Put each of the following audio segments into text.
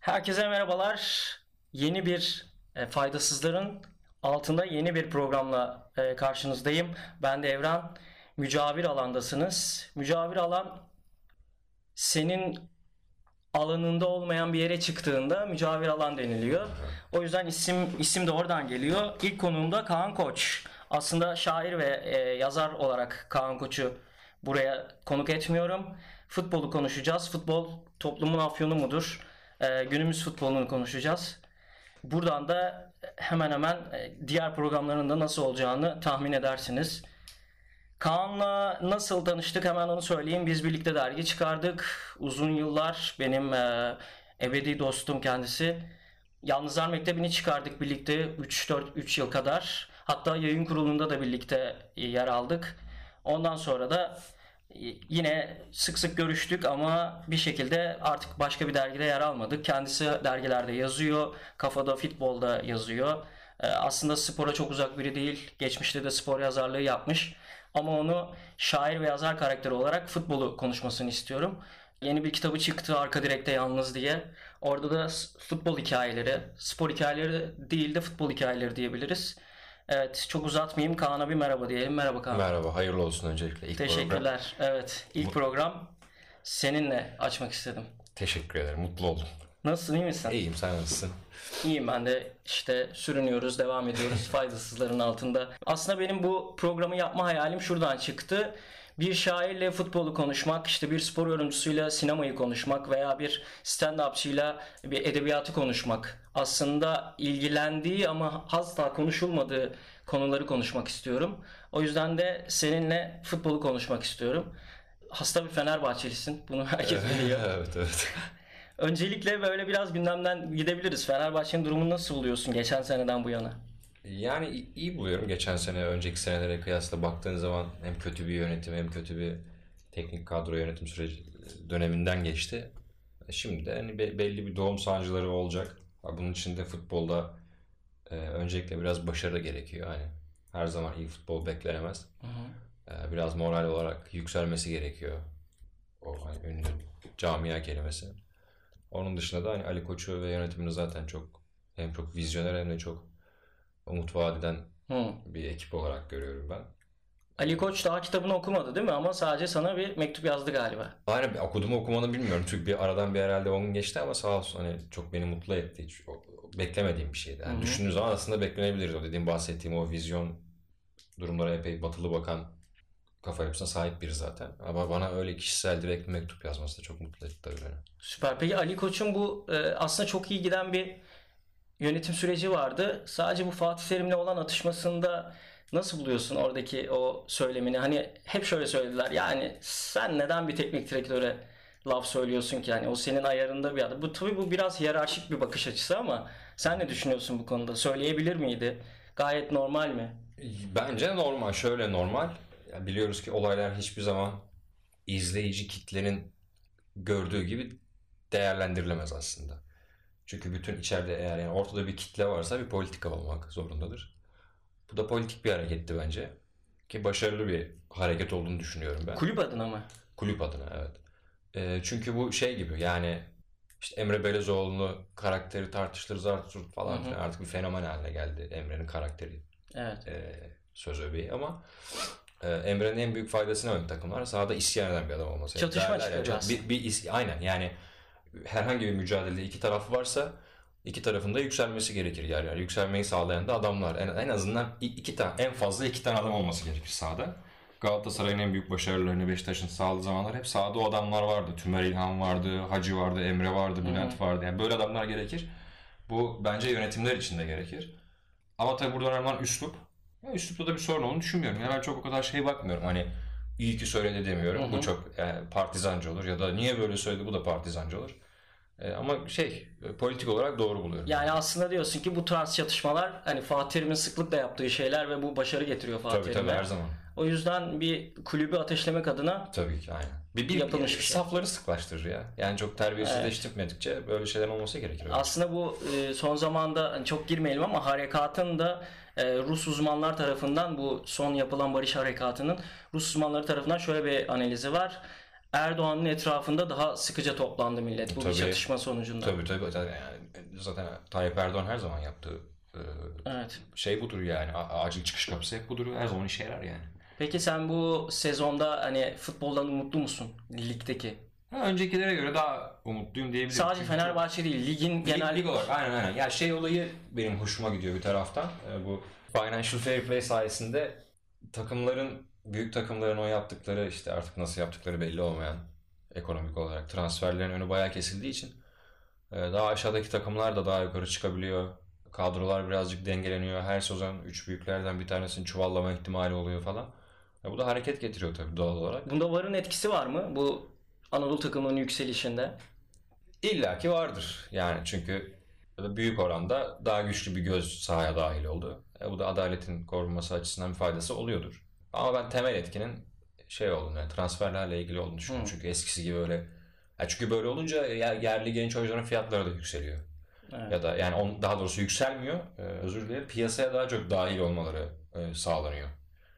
Herkese merhabalar. Yeni bir faydasızların altında yeni bir programla karşınızdayım. Ben de Evren. Mücavir alandasınız. Mücavir alan senin alanında olmayan bir yere çıktığında mücavir alan deniliyor. O yüzden isim de oradan geliyor. İlk konuğum da Kaan Koç. Aslında şair ve yazar olarak Kaan Koç'u buraya konuk etmiyorum. Futbolu konuşacağız. Futbol toplumun afyonu mudur? Günümüz futbolunu konuşacağız. Buradan da hemen hemen diğer programların da nasıl olacağını tahmin edersiniz. Kaan'la nasıl tanıştık hemen onu söyleyeyim. Biz birlikte dergi çıkardık. Uzun yıllar benim ebedi dostum kendisi. Yalnızlar Mektebi'ni çıkardık birlikte 3 yıl kadar. Hatta yayın kurulunda da birlikte yer aldık. Ondan sonra da yine sık sık görüştük ama bir şekilde artık başka bir dergide yer almadık. Kendisi dergilerde yazıyor. Kafada Futbol'da yazıyor. Aslında spora çok uzak biri değil. Geçmişte de spor yazarlığı yapmış. Ama onu şair ve yazar karakteri olarak futbolu konuşmasını istiyorum. Yeni bir kitabı çıktı Arka Direkte Yalnız diye. Orada da futbol hikayeleri, spor hikayeleri değil de futbol hikayeleri diyebiliriz. Evet, çok uzatmayayım. Kaan'a bir merhaba diyelim. Merhaba Kaan. Merhaba, hayırlı olsun öncelikle. Teşekkürler. Program. Evet, ilk program seninle açmak istedim. Teşekkür ederim, mutlu oldum. Nasılsın, iyi misin? İyiyim, sen nasılsın? İyiyim ben de işte sürünüyoruz, devam ediyoruz faydasızların altında. Aslında benim bu programı yapma hayalim şuradan çıktı. Bir şairle futbolu konuşmak, işte bir spor yorumcusuyla sinemayı konuşmak veya bir stand-upçıyla bir edebiyatı konuşmak. Aslında ilgilendiği ama asla konuşulmadığı konuları konuşmak istiyorum. O yüzden de seninle futbolu konuşmak istiyorum. Hasta bir Fenerbahçelisin. Bunu herkes biliyor. Evet. Öncelikle böyle biraz gündemden gidebiliriz. Fenerbahçe'nin durumunu nasıl buluyorsun geçen seneden bu yana? Yani iyi buluyorum. Geçen sene, önceki senelere kıyasla baktığın zaman hem kötü bir yönetim hem kötü bir teknik kadro yönetim süreci döneminden geçti. Şimdi de hani belli bir doğum sancıları olacak. Bunun için de futbolda öncelikle biraz başarı gerekiyor. Hani her zaman iyi futbol beklenemez. Biraz moral olarak yükselmesi gerekiyor. O hani ünlü camia kelimesi. Onun dışında da hani Ali Koç'u ve yönetimini zaten çok vizyoner hem de çok umut vaat eden bir ekip olarak görüyorum ben. Ali Koç daha kitabını okumadı değil mi? Ama sadece sana bir mektup yazdı galiba. Aynen, okudum mu okumadım bilmiyorum. Çünkü aradan bir herhalde 10 gün geçti ama sağ olsun hani çok beni mutlu etti. Hiç beklemediğim bir şeydi. Yani düşündüğün zaman aslında beklenebilirdi. O dediğim bahsettiğim o vizyon durumlara epey batılı bakan kafa yapısına sahip biri zaten. Ama bana öyle kişisel direkt bir mektup yazması da çok mutlu etti tabii beni. Süper. Peki Ali Koç'un bu aslında çok iyi giden bir yönetim süreci vardı. Sadece bu Fatih Terim'le olan atışmasında nasıl buluyorsun oradaki o söylemini? Hani hep şöyle söylediler. Yani sen neden bir teknik direktöre laf söylüyorsun ki? Yani o senin ayarında bir adam. Bu biraz hiyerarşik bir bakış açısı ama sen ne düşünüyorsun bu konuda? Söyleyebilir miydi? Gayet normal mi? Bence normal. Şöyle normal. Ya biliyoruz ki olaylar hiçbir zaman izleyici kitlenin gördüğü gibi değerlendirilemez aslında. Çünkü bütün içeride eğer yani ortada bir kitle varsa bir politika olmak zorundadır. Bu da politik bir hareketti bence. Ki başarılı bir hareket olduğunu düşünüyorum ben. Kulüp adına mı? Kulüp adına, evet. Çünkü bu şey gibi yani işte Emre Belezoğlu'nu karakteri tartışılır falan filan artık bir fenomen haline geldi Emre'nin karakteri. Evet. Söz öbeği ama Emre'nin en büyük faydası ne ön takımlar? Sahada isyan eden bir adam olması. Çatışma çıkıyor aslında. Aynen yani herhangi bir mücadelede iki taraf varsa iki tarafın da yükselmesi gerekir. Yani yükselmeyi sağlayan da adamlar. En azından en fazla iki tane adam olması gerekir sahada. Galatasaray'ın en büyük başarılarını Beşiktaş'ın sağladığı zamanlar hep sahada o adamlar vardı. Tümer İlhan vardı, Hacı vardı, Emre vardı, Bülent vardı. Yani böyle adamlar gerekir. Bu bence yönetimler için de gerekir. Ama tabii burada önemli olan üslup. Üslupta da bir sorun olduğunu düşünmüyorum. Yani ben çok o kadar bakmıyorum. Hani iyi ki söyledi demiyorum. Bu çok partizanca olur ya da niye böyle söyledi bu da partizanca olur. Ama politik olarak doğru buluyorum. Yani aslında diyorsun ki bu tarz çatışmalar hani Fatih Terim'in sıklıkla yaptığı şeyler ve bu başarı getiriyor Fatih Terim'e. Tabii her zaman. O yüzden bir kulübü ateşlemek adına tabii ki aynen. Yapılmış bir şey. Safları sıklaştırır ya. Yani çok terbiyesizleştirmedikçe böyle şeylerin olması gerekir. Aslında bu son zamanda hani çok girmeyelim ama harekatın da Rus uzmanlar tarafından bu son yapılan barış harekatının Rus uzmanları tarafından şöyle bir analizi var. Erdoğan'ın etrafında daha sıkıca toplandı millet bu bir Tabii. çatışma sonucunda. Tabii. Zaten Tayyip Erdoğan her zaman yaptığı Evet. şey budur yani. Acil çıkış kapısı hep budur. Her zaman işe yarar yani. Peki sen bu sezonda hani futboldan umutlu musun ligdeki? Öncekilere göre daha umutluyum diyebilirim. Sadece Çünkü Fenerbahçe değil, ligin genel... lig olarak aynen. Ya şey olayı benim hoşuma gidiyor bir taraftan. Bu Financial Fair Play sayesinde büyük takımların o yaptıkları işte artık nasıl yaptıkları belli olmayan ekonomik olarak transferlerin önü bayağı kesildiği için daha aşağıdaki takımlar da daha yukarı çıkabiliyor. Kadrolar birazcık dengeleniyor. Her sezon 3 büyüklerden bir tanesini çuvallama ihtimali oluyor falan. Bu da hareket getiriyor tabii doğal olarak. Bunda VAR'ın etkisi var mı bu Anadolu takımının yükselişinde? İlla ki vardır. Yani çünkü büyük oranda daha güçlü bir göz sahaya dahil oldu. Bu da adaletin korunması açısından bir faydası oluyordur. Ama ben temel etkinin şey olduğunu, yani transferlerle ilgili olduğunu düşünüyorum. Çünkü eskisi gibi öyle... çünkü böyle olunca yerli genç oyuncuların fiyatları da yükseliyor. Evet. Ya da yani daha doğrusu yükselmiyor. Özür dilerim. Piyasaya daha çok dahil olmaları sağlanıyor.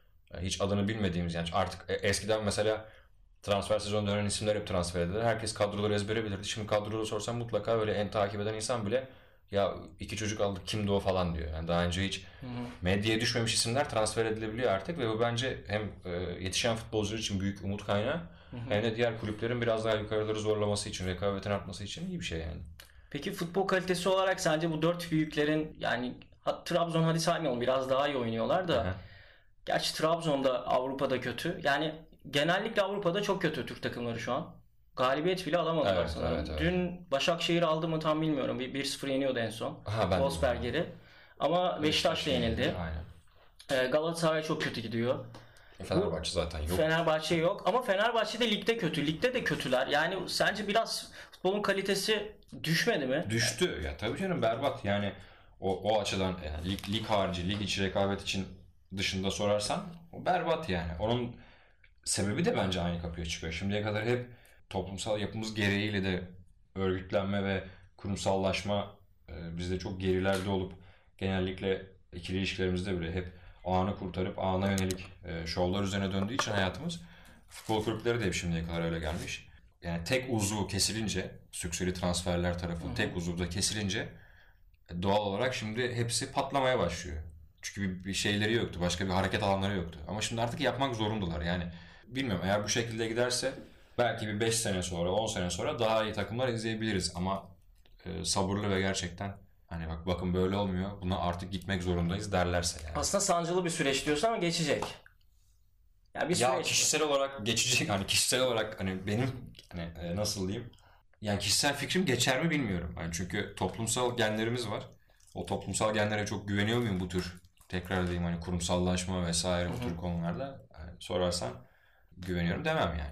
Hiç adını bilmediğimiz yani artık eskiden mesela transfer sezonu dönen isimler hep transfer edilir. Herkes kadroları ezbere bilirdi. Şimdi kadroları sorsam mutlaka böyle en takip eden insan bile ya iki çocuk aldık kimdi o falan diyor. Yani daha önce hiç medyaya düşmemiş isimler transfer edilebiliyor artık ve bu bence hem yetişen futbolcular için büyük umut kaynağı hem de diğer kulüplerin biraz daha yukarıları zorlaması için, rekabetin artması için iyi bir şey yani. Peki futbol kalitesi olarak sence bu dört büyüklerin yani Trabzon hadi saymayalım biraz daha iyi oynuyorlar da gerçi Trabzon'da Avrupa'da kötü. Yani genellikle Avrupa'da çok kötü Türk takımları şu an. Galibiyet bile alamadılar Evet, sanırım. evet. Dün Başakşehir aldı mı tam bilmiyorum. 1-0 yeniyordu en son. Ben de Wolfsberger'i. Ama Beşiktaş da yenildi. Aynen. Galatasaray çok kötü gidiyor. Fenerbahçe zaten yok. Fenerbahçe yok ama Fenerbahçe de ligde kötü. Ligde de kötüler. Yani sence biraz futbolun kalitesi düşmedi mi? Düştü. Ya tabii canım berbat. Yani o açıdan yani lig harici, lig içi rekabet için dışında sorarsan o berbat yani. Onun sebebi de bence aynı kapıya çıkıyor. Şimdiye kadar hep toplumsal yapımız gereğiyle de örgütlenme ve kurumsallaşma bizde çok gerilerde olup genellikle ikili ilişkilerimizde bile hep anı kurtarıp ana yönelik şovlar üzerine döndüğü için hayatımız futbol kulüpleri de hep şimdiye kadar öyle gelmiş. Yani tek uzvu kesilince, sükseli transferler tarafı tek uzuvda kesilince doğal olarak şimdi hepsi patlamaya başlıyor. Çünkü bir şeyleri yoktu, başka bir hareket alanları yoktu. Ama şimdi artık yapmak zorundalar. Yani bilmiyorum eğer bu şekilde giderse belki bir 5 sene sonra, 10 sene sonra daha iyi takımlar izleyebiliriz. Ama sabırlı ve gerçekten hani bakın böyle olmuyor, buna artık gitmek zorundayız derlerse yani. Aslında sancılı bir süreç diyorsun ama geçecek. Yani bir süreç. Kişisel olarak geçecek hani kişisel olarak hani benim hani nasıl diyeyim? Yani kişisel fikrim geçer mi bilmiyorum. Yani çünkü toplumsal genlerimiz var. O toplumsal genlere çok güveniyor muyum bu tür tekrar diyeyim hani kurumsallaşma vesaire bu tür konularda sorarsan güveniyorum demem yani.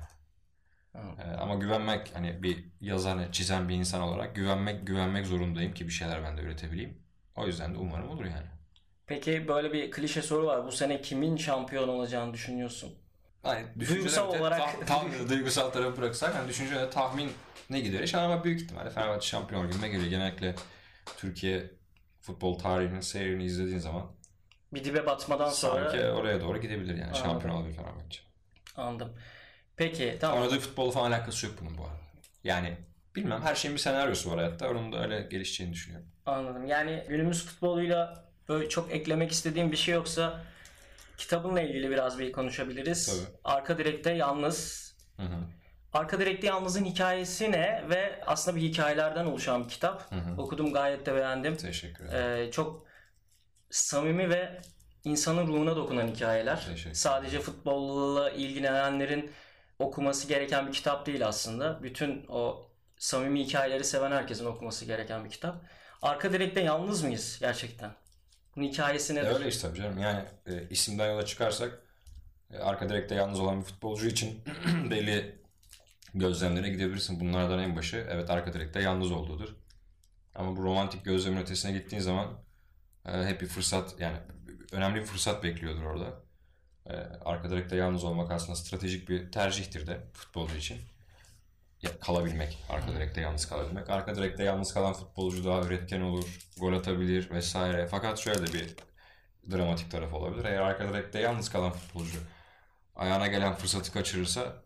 Ama güvenmek hani bir yazan çizen bir insan olarak güvenmek zorundayım ki bir şeyler ben de üretebileyim. O yüzden de umarım olur yani. Peki böyle bir klişe soru var. Bu sene kimin şampiyon olacağını düşünüyorsun? Yani Duygusal olarak duygusal tarafı bırakırsak yani düşüncelerde tahmin ne gider ama büyük ihtimalle Fenerbahçe şampiyon olur gibime geliyor. Genellikle Türkiye futbol tarihinin seyrini izlediğin zaman bir dibe batmadan sonra sanki oraya doğru gidebilir yani şampiyon olabilir Fenerbahçe. Anladım. Peki tamam. Oynadığı futbolu falan alakası yok bunun bu arada. Yani bilmem her şeyin bir senaryosu var hayatta. Onun da öyle gelişeceğini düşünüyorum. Anladım. Yani günümüz futboluyla böyle çok eklemek istediğim bir şey yoksa kitabınla ilgili biraz bir konuşabiliriz. Tabii. Arka Direkte Yalnız. Arka Direkte Yalnız'ın hikayesi ne ve aslında bir hikayelerden oluşan bir kitap. Okudum gayet de beğendim. Teşekkür ederim. Çok samimi ve insanın ruhuna dokunan hikayeler. Sadece futbolla ilgilenenlerin okuması gereken bir kitap değil aslında. Bütün o samimi hikayeleri seven herkesin okuması gereken bir kitap. Arka Direkte Yalnız mıyız gerçekten? Bunun hikayesi nedir? Öyle işte tabii canım. Yani isimden yola çıkarsak arka direkte yalnız olan bir futbolcu için belli gözlemlere gidebilirsin. Bunlardan en başı evet arka direkte yalnız olduğudur. Ama bu romantik gözlemin ötesine gittiğin zaman hep bir fırsat yani önemli bir fırsat bekliyordur orada. Arka direkte yalnız olmak aslında stratejik bir tercihtir de futbolcu için. Kalabilmek, arka direkte yalnız kalabilmek. Arka direkte yalnız kalan futbolcu daha üretken olur, gol atabilir vesaire. Fakat şöyle de bir dramatik taraf olabilir. Eğer arka direkte yalnız kalan futbolcu ayağına gelen fırsatı kaçırırsa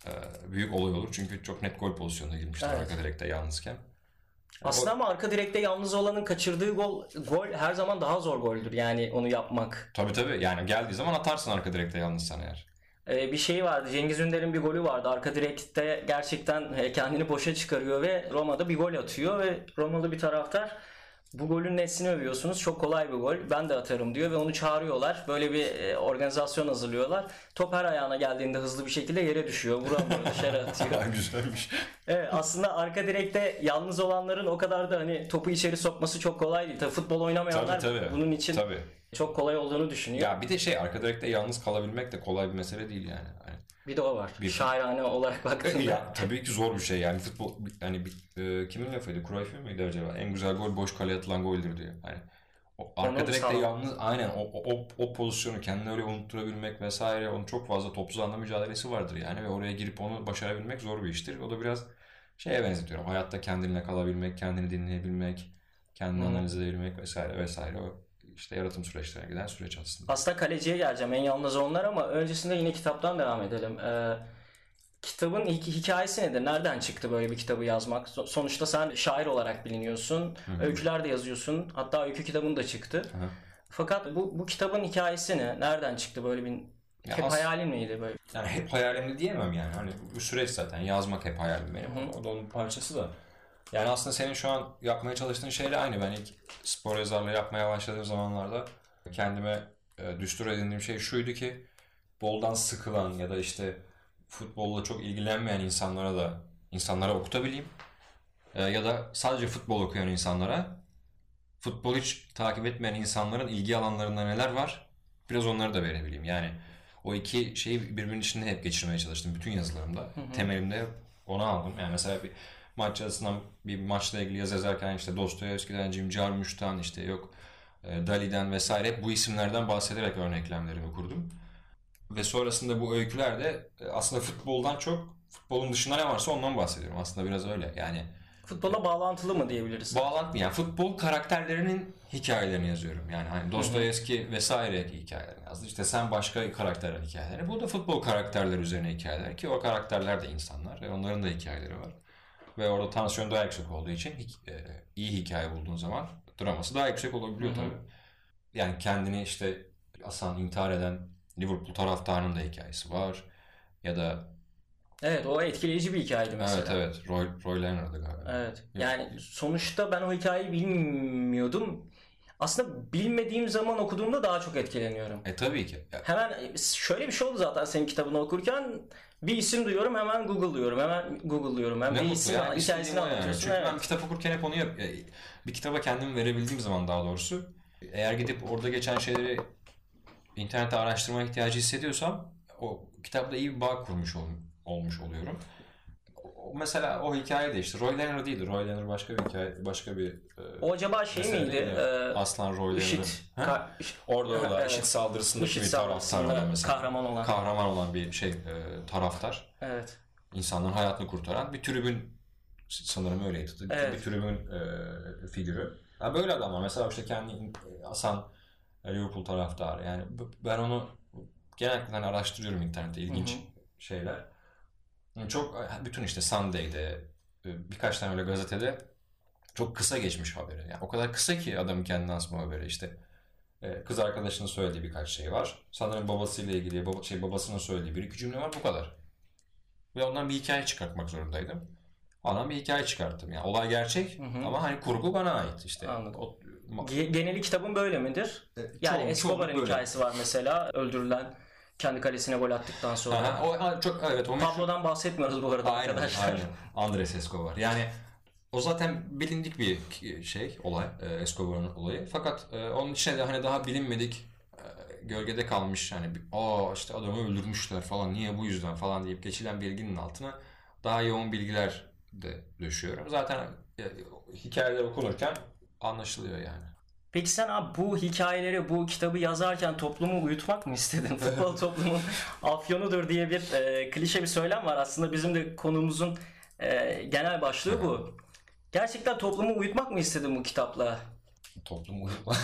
büyük olay olur. Çünkü çok net gol pozisyonuna girmişler Evet. arka direkte yalnızken. Aslında ama arka direkte yalnız olanın kaçırdığı gol her zaman daha zor goldür. Yani onu yapmak. Tabii yani geldiği zaman atarsın arka direkte yalnızsan eğer. Bir şey vardı. Cengiz Ünder'in bir golü vardı. Arka direkte gerçekten kendini boşa çıkarıyor ve Roma'da bir gol atıyor ve Romalı bir taraftar bu golün nesini övüyorsunuz? Çok kolay bir gol. Ben de atarım diyor ve onu çağırıyorlar. Böyle bir organizasyon hazırlıyorlar. Top her ayağına geldiğinde hızlı bir şekilde yere düşüyor. Vuramıyor, dışarı atıyor. Güzelmiş. Evet, aslında arka direkte yalnız olanların o kadar da hani topu içeri sokması çok kolay değil. Tabii futbol oynamayanlar Tabii. bunun için Tabii. çok kolay olduğunu düşünüyor. Ya bir de arka direkte yalnız kalabilmek de kolay bir mesele değil yani. Hani Bir de o var. Şairane olarak baktığında. ya tabii ki zor bir şey yani futbol hani kimin lafıydı? Cruyff'un muydu acaba? En güzel gol boş kaleye atılan goldür diyor. Hani o arka Onu direkte sağlam. yalnız aynen o pozisyonu kendini öyle unutturabilmek vesaire onun çok fazla topsuz anda mücadelesi vardır yani ve oraya girip onu başarabilmek zor bir iştir. O da biraz şeye benzetiyorum. Hayatta kendinle kalabilmek, kendini dinleyebilmek, kendini analiz edebilmek vesaire vesaire o işte yaratım süreçlerine giden süreç aslında. Aslında kaleciye geleceğim. En yalnız onlar ama öncesinde yine kitaptan devam edelim. Kitabın hikayesi nedir? Nereden çıktı böyle bir kitabı yazmak? Sonuçta sen şair olarak biliniyorsun. Öyküler de yazıyorsun. Hatta öykü kitabın da çıktı. Hı. Fakat bu kitabın hikayesi ne? Nereden çıktı böyle bir... Ya Hep hayalin miydi böyle? Yani hep hayalimdi diyemem yani. Hani bu süreç zaten yazmak hep hayalim benim. O da onun parçası da. Yani aslında senin şu an yapmaya çalıştığın şeyle aynı. Ben ilk spor yazarlığı yapmaya başladığım zamanlarda kendime düstur edindiğim şey şuydu ki boldan sıkılan ya da işte futbolla çok ilgilenmeyen insanlara okutabileyim. Ya da sadece futbol okuyan insanlara futbol hiç takip etmeyen insanların ilgi alanlarında neler var biraz onları da verebileyim. Yani o iki şeyi birbirinin içinde hep geçirmeye çalıştım bütün yazılarımda. Temelimde onu aldım. Yani mesela bir maç yazısından bir maçla ilgili yazı yazarken işte Dostoyevski'den, Jim Jarmusch'tan işte yok Dali'den vesaire hep bu isimlerden bahsederek örneklemlerimi kurdum. Ve sonrasında bu öykülerde aslında futboldan çok futbolun dışında ne varsa ondan bahsediyorum. Aslında biraz öyle. Yani Futbola bağlantılı mı diyebiliriz? bağlantı yani futbol karakterlerinin hikayelerini yazıyorum. Yani hani Dostoyevski vesaire hikayelerini yazdı. İşte sen başka karakterlerin hikayelerini. Bu da futbol karakterleri üzerine hikayeler ki o karakterler de insanlar ve onların da hikayeleri var. Ve orada tansiyon daha yüksek olduğu için iyi hikaye bulduğun zaman draması daha yüksek olabiliyor tabii. Yani kendini işte asan intihar eden Liverpool taraftarının da hikayesi var. Ya da Evet, o etkileyici bir hikayeydi mesela. evet Roy Leonard'ı galiba. Evet. Yani sonuçta ben o hikayeyi bilmiyordum. Aslında bilmediğim zaman okuduğumda daha çok etkileniyorum. Tabii ki. Hemen şöyle bir şey oldu zaten senin kitabını okurken bir isim duyuyorum hemen Google'lıyorum. Hemen Google'lıyorum. Hem Ne bir mutlu isim ya, hikayesini istediğim o yani. anlatıyorsun. Çünkü Evet. ben kitap okurken hep onu bir kitaba kendimi verebildiğim zaman daha doğrusu eğer gidip orada geçen şeyleri internette araştırma ihtiyacı hissediyorsam o kitapla iyi bir bağ kurmuş olmuş oluyorum. Mesela o hikaye de işte Roy Leonard değildi. Roy Leonard başka bir hikaye, başka bir O acaba şey mesele miydi? değil ya. Aslan Roy Leonard. IŞİD. Orada Evet. IŞİD saldırısındaki IŞİD bir taraftar saldırısında orada mesela. kahraman olan. Bir taraftar. Evet. İnsanların hayatını kurtaran bir tribün sanırım öyleydi. Evet. Bir tribün figürü. Ya böyle adamlar. Mesela işte kendi asan Liverpool taraftarı. Yani ben onu genellikle hani araştırıyorum internette ilginç şeyler. Çok bütün işte Sunday'de birkaç tane öyle gazetede çok kısa geçmiş haberi. Yani o kadar kısa ki adamın kendi asma haberi işte. Kız arkadaşının söylediği birkaç şey var. Sanırım babasıyla ilgili babasının söylediği bir iki cümle var bu kadar. Ve ondan bir hikaye çıkartmak zorundaydım. Ondan bir hikaye çıkarttım. Yani olay gerçek ama hani kurgu bana ait işte. Anladım. Geneli kitabın böyle midir? Yani Escobar'ın hikayesi var mesela. Öldürülen kendi kalesine gol attıktan sonra. Evet. Pablo'dan bahsetmiyoruz bu arada arkadaşlar. Aynen. Andres Escobar. Yani o zaten bilindik bir olay. Escobar'ın olayı. Fakat onun içine de hani daha bilinmedik gölgede kalmış hani işte adamı öldürmüşler falan niye bu yüzden falan deyip geçilen bilginin altına daha yoğun bilgiler de düşüyorum. Zaten hikayeler okunurken anlaşılıyor yani. Peki sen abi bu hikayeleri, bu kitabı yazarken toplumu uyutmak mı istedin? Futbol toplumun afyonudur diye bir klişe bir söylem var. Aslında bizim de konumuzun genel başlığı bu. Gerçekten toplumu uyutmak mı istedin bu kitapla? Toplumu uyutmak?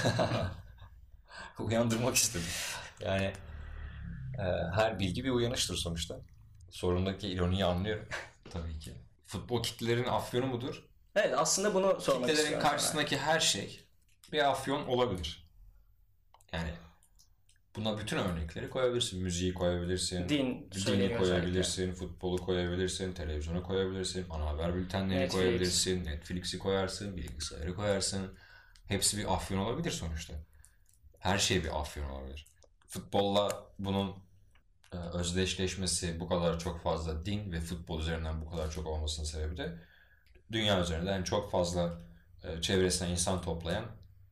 Uyandırmak istedim. Yani her bilgi bir uyanıştır sonuçta. sorundaki ironiyi anlıyorum tabii ki. Futbol kitlelerin afyonu mudur? Evet, aslında bunu sormak Kitlelerin istiyorum karşısındaki her şey bir afyon olabilir. Yani buna bütün örnekleri koyabilirsin. Müziği koyabilirsin. Dini koyabilirsin. Futbolu koyabilirsin. Televizyonu koyabilirsin. Ana haber bültenlerini koyabilirsin. Netflix'i koyarsın. Bilgisayarı koyarsın. Hepsi bir afyon olabilir sonuçta. Her şey bir afyon olabilir. Futbolla bunun özdeşleşmesi, bu kadar çok fazla din ve futbol üzerinden bu kadar çok olmasının sebebi de dünya üzerinden çok fazla çevresine insan toplayan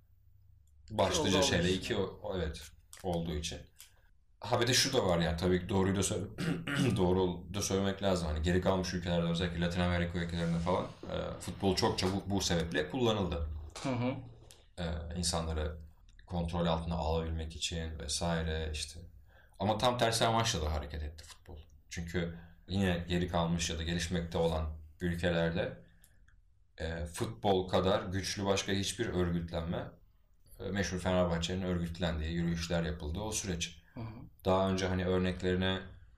başlıca şeyle evet olduğu için. Ha bir de şu da var yani, tabii ki doğruyu da doğru da söylemek lazım. Hani geri kalmış ülkelerde, özellikle Latin Amerika ülkelerinde falan futbol çok çabuk bu sebeple kullanıldı. İnsanları kontrol altına alabilmek için vesaire işte. Ama tam tersi amaçla da hareket etti futbol. Çünkü yine geri kalmış ya da gelişmekte olan ülkelerde futbol kadar güçlü başka hiçbir örgütlenme, meşhur Fenerbahçe'nin örgütlendiği, yürüyüşler yapıldığı o süreç. Daha önce hani örneklerine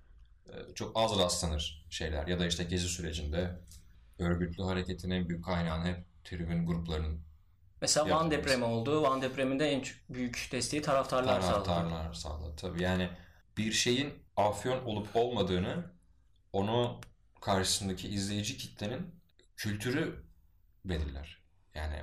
çok az rastlanır şeyler ya da işte Gezi sürecinde örgütlü hareketin en büyük kaynağını hep tribün gruplarının. Mesela Van depremi oldu. Van depreminde en büyük desteği taraftarlar sağladı. Taraftarlar sağladı tabii. Yani bir şeyin afyon olup olmadığını onu karşısındaki izleyici kitlenin kültürü belirler. Yani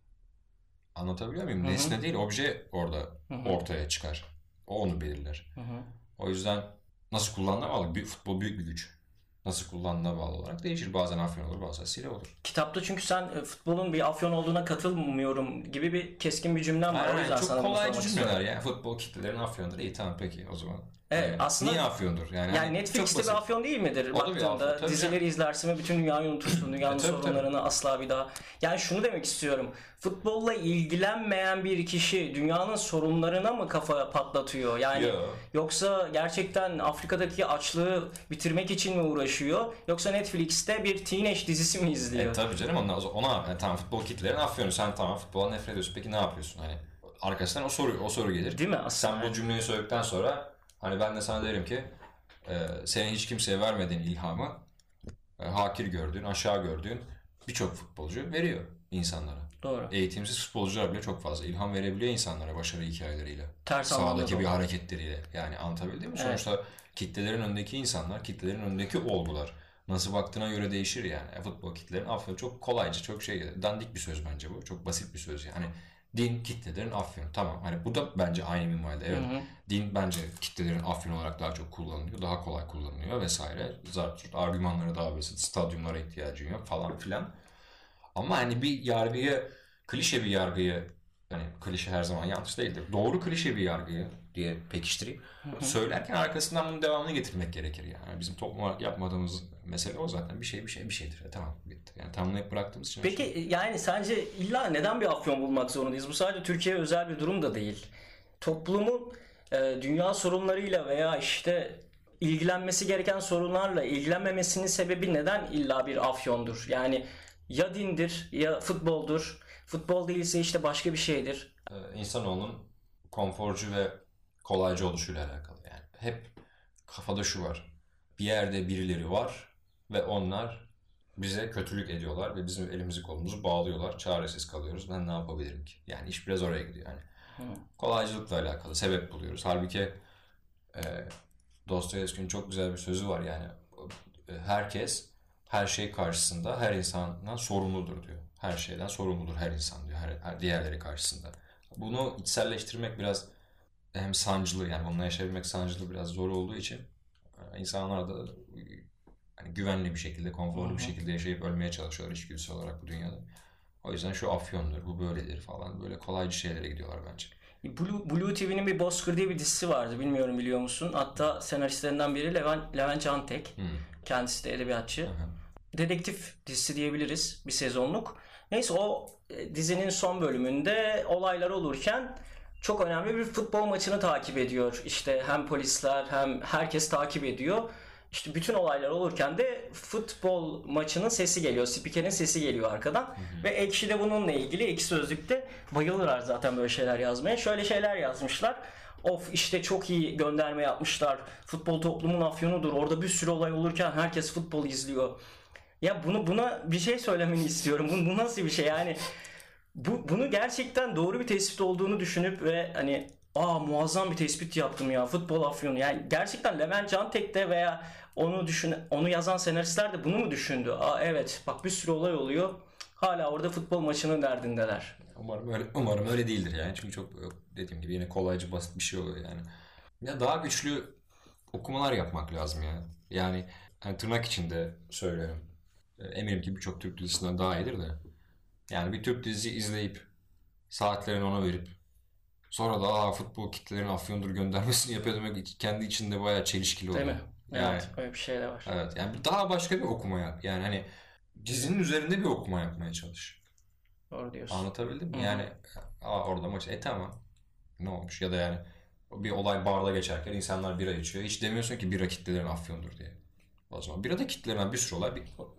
anlatabiliyor muyum? Nesne değil, obje orada ortaya çıkar. O onu belirler. O yüzden nasıl kullandığına bağlı. Futbol büyük bir güç. Nasıl kullandığına bağlı olarak değişir. Bazen afyon olur, bazen sile olur. Kitapta çünkü sen futbolun bir afyon olduğuna katılmıyorum gibi bir keskin bir cümlem var. O yüzden çok sana kolaycı cümleler yani. Futbol kitlelerin afyonudur. İyi tamam peki o zaman. Evet, aslında niye afyondur? Yani Netflix'te bir afyon değil midir? Baktığında dizileri izlersin ve bütün dünyayı unutursun. Dünyanın sorunlarını asla bir daha... Yani şunu demek istiyorum. Futbolla ilgilenmeyen bir kişi dünyanın sorunlarına mı kafa patlatıyor? Yani yoksa gerçekten Afrika'daki açlığı bitirmek için mi uğraşıyor? Yoksa Netflix'te bir teenage dizisi mi izliyor? Tabii canım, ona yani, tamam futbol kitlelerin afyonu. Sen tamam futbola nefret ediyorsun. Peki ne yapıyorsun? Hani arkasından o soru gelir. Değil mi aslında? Sen bu cümleyi söyledikten sonra hani ben de sana derim ki senin hiç kimseye vermediğin ilhamı hakir gördüğün, aşağı gördüğün birçok futbolcu veriyor insanlara. Doğru. Eğitimsiz futbolcular bile çok fazla ilham verebiliyor insanlara başarı hikayeleriyle. Ters anlamda sahadaki bir hareketleriyle. Yani anlatabildim mi? Evet. Sonuçta kitlelerin önündeki insanlar, kitlelerin önündeki olgular nasıl baktığına göre değişir yani. Futbol kitlelerin afyonu çok kolayca, çok dandik bir söz bence bu. Çok basit bir söz yani. Din kitlelerin afyonu. Tamam. Hani bu da bence aynı minvalde. Evet. Din bence kitlelerin afyonu olarak daha çok kullanılıyor. Daha kolay kullanılıyor vesaire. Zaten argümanları daha basit. Stadyumlara ihtiyacın yok falan filan. Ama hani bir yargıyı, klişe bir yargıyı, hani klişe her zaman yanlış değildir. Doğru klişe bir yargıyı diye pekiştireyim. Söylerken arkasından bunun devamını getirmek gerekir yani. Bizim toplum olarak yapmadığımız mesele o zaten. Bir şeydir. Tamam bitti. Yani tamamlayıp bıraktığımız için. Peki yani sence illa neden bir afyon bulmak zorundayız? Bu sadece Türkiye'ye özel bir durum da değil. Toplumun dünya sorunlarıyla veya işte ilgilenmesi gereken sorunlarla ilgilenmemesinin sebebi neden illa bir afyondur? Yani ya dindir ya futboldur. Futbol değilse işte başka bir şeydir. İnsanoğlunun konforcu ve kolaycı oluşuyla alakalı yani. Hep kafada şu var. Bir yerde birileri var ve onlar bize kötülük ediyorlar ve bizim elimizi kolumuzu bağlıyorlar. Çaresiz kalıyoruz. Ben ne yapabilirim ki? Yani iş biraz oraya gidiyor yani. Kolaycılıkla alakalı sebep buluyoruz. Halbuki Dostoyevski'nin çok güzel bir sözü var yani. Herkes her şey karşısında her insandan sorumludur diyor. Her şeyden sorumludur her insan diyor. Her diğerleri karşısında. Bunu içselleştirmek biraz hem sancılı, yani onunla yaşayabilmek sancılı, biraz zor olduğu için insanlar da hani güvenli bir şekilde, konforlu bir şekilde yaşayıp ölmeye çalışıyorlar içgüdüsel olarak bu dünyada. O yüzden şu afyondur, bu böyledir falan, böyle kolaycı şeylere gidiyorlar bence. Blue TV'nin bir Bozkır diye bir dizisi vardı. Bilmiyorum biliyor musun? Hatta senaristlerinden biri Levent Cantek. Kendisi de edebiyatçı. Dedektif dizisi diyebiliriz. Bir sezonluk. Neyse o dizinin son bölümünde olaylar olurken çok önemli bir futbol maçını takip ediyor. İşte hem polisler hem herkes takip ediyor. İşte bütün olaylar olurken de futbol maçının sesi geliyor. Spikerin sesi geliyor arkadan. Ve Ekşi'de bununla ilgili Ekşi Sözlük'te bayılırlar zaten böyle şeyler yazmaya. Şöyle şeyler yazmışlar. Of işte çok iyi gönderme yapmışlar. Futbol toplumun afyonudur. Orada bir sürü olay olurken herkes futbol izliyor. Ya buna bir şey söylemeni istiyorum. Bu nasıl bir şey yani? Bunu gerçekten doğru bir tespit olduğunu düşünüp ve hani muazzam bir tespit yaptım ya, futbol afyonu. Yani gerçekten Levent Cantek de veya onu yazan senaristler de bunu mu düşündü? Evet bak, bir sürü olay oluyor. Hala orada futbol maçının derdindeler. Umarım öyle değildir yani. Çünkü çok, dediğim gibi, yine kolayca basit bir şey oluyor yani. Ya daha güçlü okumalar yapmak lazım yani. Yani hani tırnak içinde söylüyorum. Eminim ki birçok Türk dizisinden daha iyidir de. Yani bir Türk dizisi izleyip saatlerini ona verip sonra da futbol kitlelerinin afyondur göndermesini yapıyor demek kendi içinde bayağı çelişkili Değil oluyor. mi? Yani Evet, öyle bir şey de var. evet, yani daha başka bir okuma yap. Yani hani dizinin üzerinde bir okuma yapmaya çalış. Doğru diyorsun. Anlatabildim mi? Hı hı. Yani orada maç tamam, ne olmuş, ya da yani bir olay barda geçerken insanlar bira içiyor. Hiç demiyorsun ki bira kitlelerin afyondur diye. O zaman bira da kitlenen bir sürü olay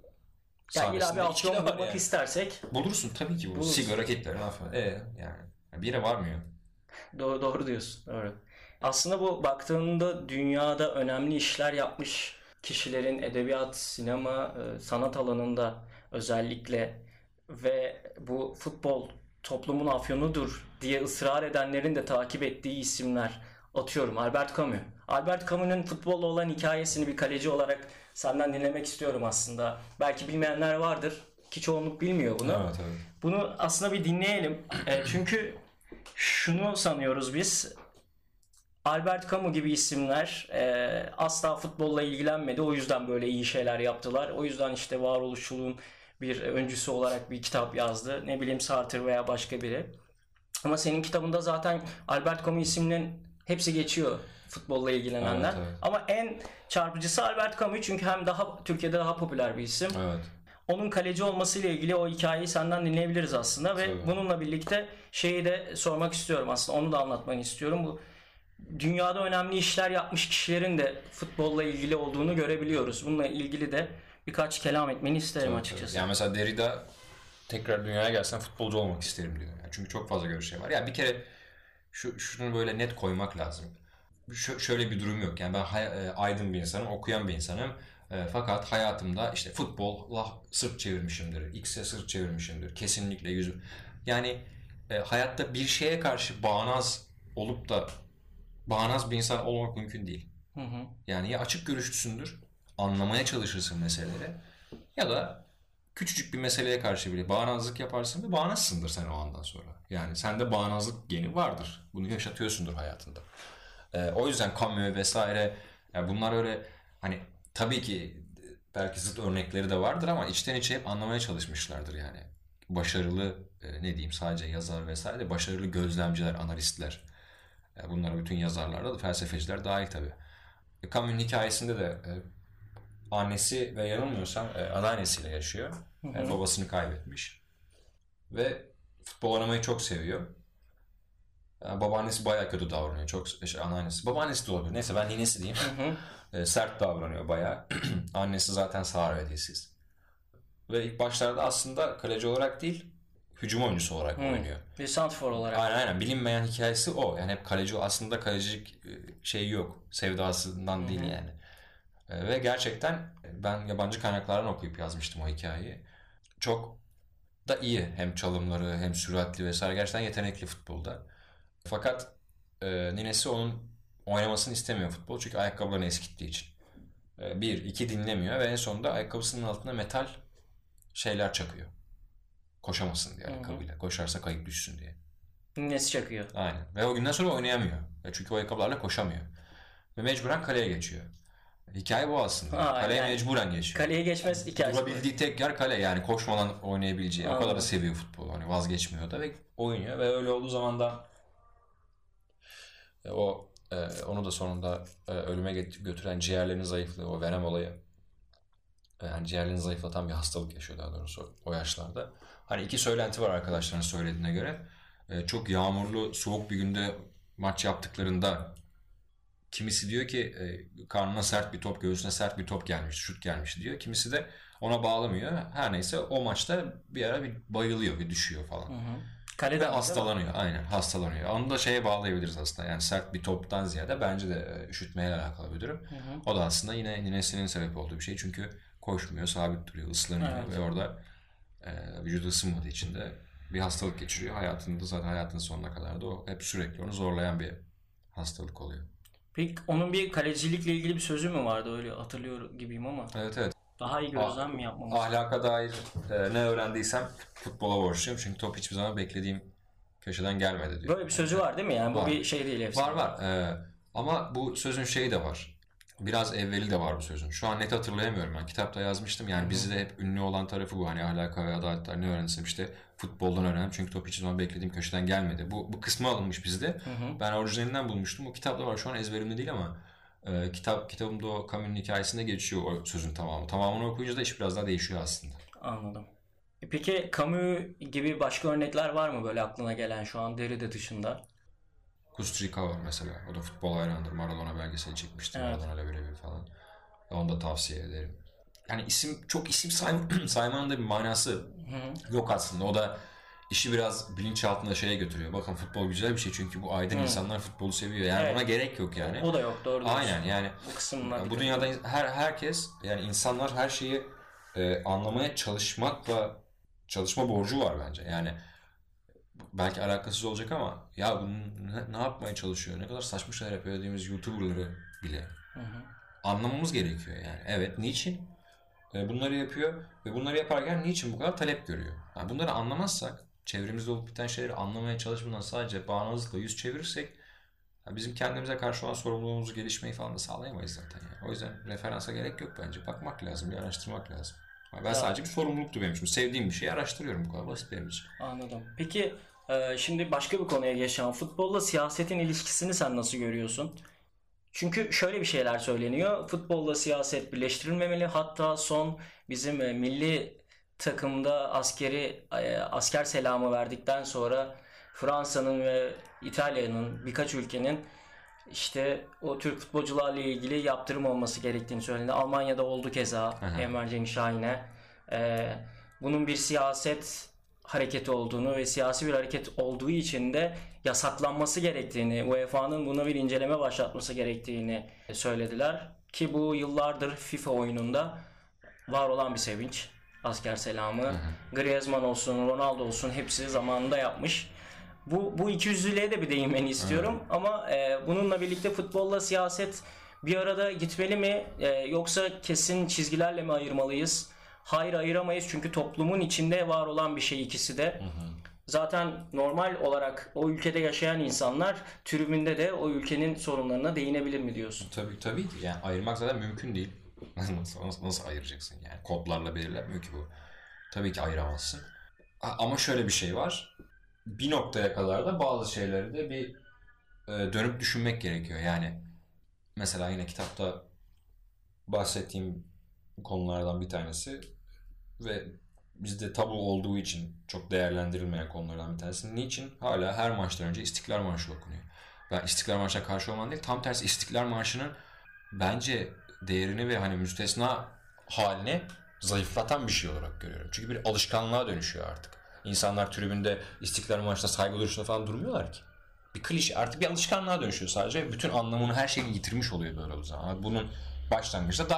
Yani illa bir sahnesinde içki de afyon var bulmak yani. istersek Bulursun tabii ki bu. buluruz. Sigara kitlelerin afyon. Yani bira var mı ya? Doğru diyorsun. Doğru. Aslında bu baktığında dünyada önemli işler yapmış kişilerin edebiyat, sinema, sanat alanında özellikle ve bu futbol toplumun afyonudur diye ısrar edenlerin de takip ettiği isimler. Atıyorum Albert Camus. Albert Camus'un futbolla olan hikayesini bir kaleci olarak senden dinlemek istiyorum aslında. Belki bilmeyenler vardır ki çoğunluk bilmiyor bunu. Evet. Bunu aslında bir dinleyelim. Çünkü şunu sanıyoruz biz. Albert Camus gibi isimler asla futbolla ilgilenmedi. O yüzden böyle iyi şeyler yaptılar. O yüzden işte varoluşçuluğun bir öncüsü olarak bir kitap yazdı. Ne bileyim, Sartre veya başka biri. Ama senin kitabında zaten Albert Camus isimlerinin hepsi geçiyor, futbolla ilgilenenler. Evet. Ama en çarpıcısı Albert Camus, çünkü hem Türkiye'de daha popüler bir isim. Evet. Onun kaleci olmasıyla ilgili o hikayeyi senden dinleyebiliriz aslında ve Tabii. bununla birlikte şeyi de sormak istiyorum aslında, onu da anlatmanı istiyorum. Bu dünyada önemli işler yapmış kişilerin de futbolla ilgili olduğunu görebiliyoruz. Bununla ilgili de birkaç kelam etmeni isterim açıkçası. Yani mesela Derrida tekrar dünyaya gelsen futbolcu olmak isterim diyor. Yani çünkü çok fazla görüşü var. Ya bir kere şunu böyle net koymak lazım. Şöyle bir durum yok. Yani ben aydın bir insanım, okuyan bir insanım. Fakat hayatımda işte futbolla sırt çevirmişimdir, X'e sırt çevirmişimdir. Kesinlikle yüzüm. Yani hayatta bir şeye karşı bağnaz olup da bağnaz bir insan olmak mümkün değil. Hı hı. Yani ya açık görüşlüsündür, anlamaya çalışırsın meseleleri, ya da küçücük bir meseleye karşı bile bağnazlık yaparsın ve bağnazsındır sen o andan sonra. Yani sende bağnazlık geni vardır. Bunu yaşatıyorsundur hayatında. O yüzden Camus vesaire, yani bunlar öyle, hani tabii ki belki zıt örnekleri de vardır ama içten içe hep anlamaya çalışmışlardır yani. Başarılı, ne diyeyim, sadece yazar vesaire de başarılı gözlemciler, analistler. Bunlar bütün yazarlarda da, felsefeciler dahil tabii. Camus'un hikayesinde de annesi ve yanılmıyorsam anneannesiyle yaşıyor. Yani babasını kaybetmiş. Ve futbol oynamayı çok seviyor. Babaannesi bayağı kötü davranıyor. Çok anneannesi. Babaannesi de olabilir. Neyse, ben ninesi diyeyim. Sert davranıyor bayağı. Annesi zaten sağır ve dilsiz. Ve ilk başlarda aslında kaleci olarak değil, hücum oyuncusu olarak oynuyor. Bir santrfor olarak. Aynen. Bilinmeyen hikayesi o. Yani hep kaleci, aslında kalecilik şeyi yok. Sevdasından değil yani. Ve gerçekten ben yabancı kaynaklardan okuyup yazmıştım o hikayeyi. Çok da iyi. Hem çalımları hem süratli vesaire. Gerçekten yetenekli futbolda. Fakat ninesi onun oynamasını istemiyor futbol. Çünkü ayakkabılarını eskittiği için. Bir, iki dinlemiyor ve en sonunda ayakkabısının altına metal şeyler çakıyor. Koşamasın diye ayakkabıyla. Koşarsa kayıp düşsün diye. Nesi çakıyor. Aynen. Ve o günden sonra oynayamıyor. Çünkü o ayakkabılarla koşamıyor. Ve mecburen kaleye geçiyor. Hikaye bu aslında. Kaleye yani mecburen geçiyor. Kaleye geçmez hikayesi. Durabildiği tek yer kale, yani koşmadan oynayabileceği. O kadar da seviyor futbolu. Hani vazgeçmiyor da ve oynuyor. Ve öyle olduğu zaman da onu da sonunda ölüme götüren ciğerlerinin zayıflığı, o verem olayı. Yani ciğerlerini zayıflatan bir hastalık yaşıyor daha doğrusu o yaşlarda. Hani iki söylenti var arkadaşların söylediğine göre. Çok yağmurlu, soğuk bir günde maç yaptıklarında kimisi diyor ki karnına sert bir top, göğsüne sert bir top gelmiş, şut gelmiş diyor. Kimisi de ona bağlamıyor. Her neyse o maçta bir ara bir bayılıyor, bir düşüyor falan. Kaleden Ve değil mi? hastalanıyor. Aynen hastalanıyor. Onu da şeye bağlayabiliriz aslında. Yani sert bir toptan ziyade bence de üşütmeyle alakalı bir durum. Hı hı. O da aslında yine senin sebep olduğu bir şey. Çünkü koşmuyor, sabit duruyor, ıslanıyor Evet. ve orada vücudu ısınmadığı için de bir hastalık geçiriyor. Hayatında zaten hayatının sonuna kadar da o hep sürekli onu zorlayan bir hastalık oluyor. Peki onun bir kalecilikle ilgili bir sözü mü vardı? Öyle hatırlıyor gibiyim ama. Evet, evet. Daha iyi Ah- gözlem mi yapmamız? Ahlaka dair ne öğrendiysem futbola borçluyum. Çünkü top hiçbir zaman beklediğim köşeden gelmedi diyor. Böyle bir sözü var değil mi? Yani bu Var. bir şey değil Var, efsane. var. Ama bu sözün şeyi de var. Biraz evveli de var bu sözün. Şu an net hatırlayamıyorum ben. Kitapta yazmıştım. Yani bizde hep ünlü olan tarafı bu. Hani ahlaka ve adaletler ne öğrensem işte futboldan öğrendim. Çünkü top hiçbir zaman beklediğim köşeden gelmedi. Bu kısmı alınmış bizde. Ben orijinalinden bulmuştum. O kitapta var. Şu an ezberimde değil ama kitabımda o Camus'un hikayesinde geçiyor o sözün tamamı. Tamamını okuyunca da iş biraz daha değişiyor aslında. Anladım. Peki Camus gibi başka örnekler var mı böyle aklına gelen şu an Derrida dışında? Kusturica var mesela. O da futbol hayranıdır. Maradona belgeseli çekmişti. Evet. Maradona ile birebir falan. Onu da tavsiye ederim. Yani çok isim saymanın da bir manası yok aslında. O da işi biraz bilinçaltında şeye götürüyor. Bakın futbol güzel bir şey çünkü bu aydın insanlar futbolu seviyor. Yani Evet. buna gerek yok yani. O da yok doğru diyorsun. Aynen yani Bu kısımlar bu dikkat dünyada edelim. herkes yani insanlar her şeyi anlamaya çalışmakla çalışma borcu var bence. Yani belki alakasız olacak ama ya bunu ne yapmaya çalışıyor? Ne kadar saçma şeyler yapıyor dediğimiz YouTuber'ları bile anlamamız gerekiyor yani. Evet, niçin bunları yapıyor ve bunları yaparken niçin bu kadar talep görüyor? Yani bunları anlamazsak, çevremizde olup biten şeyleri anlamaya çalışmadan sadece bağnazlıkla yüz çevirirsek bizim kendimize karşı olan sorumluluğumuzu gelişmeyi falan da sağlayamayız zaten yani. O yüzden referansa gerek yok bence. Bakmak lazım, bir araştırmak lazım. Ben sadece bir sorumluluktu benim için. Sevdiğim bir şeyi araştırıyorum, bu kadar basit benim için. Anladım. Peki şimdi başka bir konuya geçelim. Futbolla siyasetin ilişkisini sen nasıl görüyorsun? Çünkü şöyle bir şeyler söyleniyor. Futbolla siyaset birleştirilmemeli. Hatta son bizim milli takımda asker selamı verdikten sonra Fransa'nın ve İtalya'nın birkaç ülkenin işte o Türk futbolcularla ilgili yaptırım olması gerektiğini söyledi. Almanya'da oldu keza Enver Cenk Şahin'e. E, Bunun bir siyaset hareketi olduğunu ve siyasi bir hareket olduğu için de yasaklanması gerektiğini, UEFA'nın buna bir inceleme başlatması gerektiğini söylediler. Ki bu yıllardır FIFA oyununda var olan bir sevinç. Asker selamı. Griezmann olsun, Ronaldo olsun hepsi zamanında yapmış. Bu ikiyüzlülüğe de bir değinmeni istiyorum. Ama bununla birlikte futbolla siyaset bir arada gitmeli mi? Yoksa kesin çizgilerle mi ayırmalıyız? Hayır ayıramayız çünkü toplumun içinde var olan bir şey ikisi de. Zaten normal olarak o ülkede yaşayan insanlar tribünde de o ülkenin sorunlarına değinebilir mi diyorsun? Tabii ki yani ayırmak zaten mümkün değil. Nasıl ayıracaksın yani? Kodlarla belirlenmiyor ki bu. Tabii ki ayıramazsın. Ama şöyle bir şey var. Bir noktaya kadar da bazı şeyleri de bir dönüp düşünmek gerekiyor. Yani mesela yine kitapta bahsettiğim konulardan bir tanesi ve bizde tabu olduğu için çok değerlendirilmeyen konulardan bir tanesi. Niçin? Hala her maçtan önce İstiklal Marşı okunuyor. Ben İstiklal Marşı'na karşı olman değil, tam tersi İstiklal Marşı'nın bence değerini ve hani müstesna halini zayıflatan bir şey olarak görüyorum. Çünkü bir alışkanlığa dönüşüyor artık. İnsanlar tribünde İstiklal Marşı'na saygı duruşuna falan durmuyorlar ki. Bir klişe artık bir alışkanlığa dönüşüyor sadece. Bütün anlamını her şeyini yitirmiş oluyor böyle olduğu zaman. Bunun başlangıçta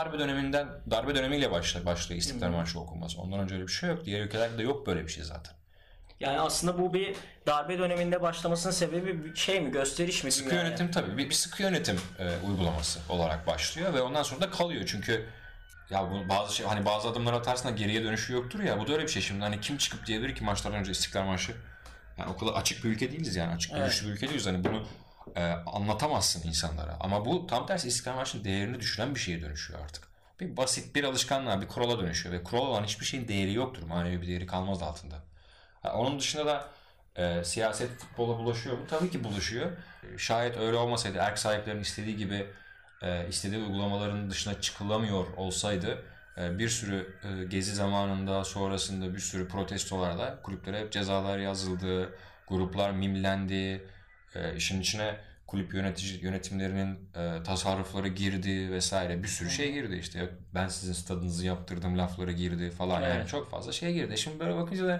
darbe dönemiyle başlıyor İstiklal Marşı okunması. Ondan önce öyle bir şey yok. Diğer ülkelerde de yok böyle bir şey zaten. Yani aslında bu bir darbe döneminde başlamasının sebebi bir şey mi, gösteriş mi? Sıkı yönetim tabii. Bir sıkı yönetim uygulaması olarak başlıyor ve ondan sonra da kalıyor. Çünkü ya bu bazı adımlar atarsın da geriye dönüşü yoktur ya. Bu da öyle bir şey şimdi. Hani kim çıkıp diyebilir ki maçtan önce İstiklal Marşı. Yani o kadar açık bir ülke değiliz yani. Açık bir güçlü bir ülke değiliz. Hani bunu anlatamazsın insanlara. Ama bu tam tersi İstiklal Marşı'nın değerini düşüren bir şeye dönüşüyor artık. Bir basit bir alışkanlığa, bir kurala dönüşüyor. Ve kural olan hiçbir şeyin değeri yoktur. Manevi bir değeri kalmaz altında. Onun dışında da siyaset futbola bulaşıyor mu? Tabii ki bulaşıyor. Şayet öyle olmasaydı, erk sahiplerinin istediği gibi istediği uygulamaların dışına çıkılamıyor olsaydı bir sürü gezi zamanında sonrasında bir sürü protestolarda kulüplere hep cezalar yazıldı, gruplar mimlendi, işin içine kulüp yönetimlerinin tasarrufları girdi vesaire bir sürü şey girdi işte. Yok, ben sizin stadınızı yaptırdım lafları girdi falan yani Evet. çok fazla şey girdi. Şimdi böyle bakınca da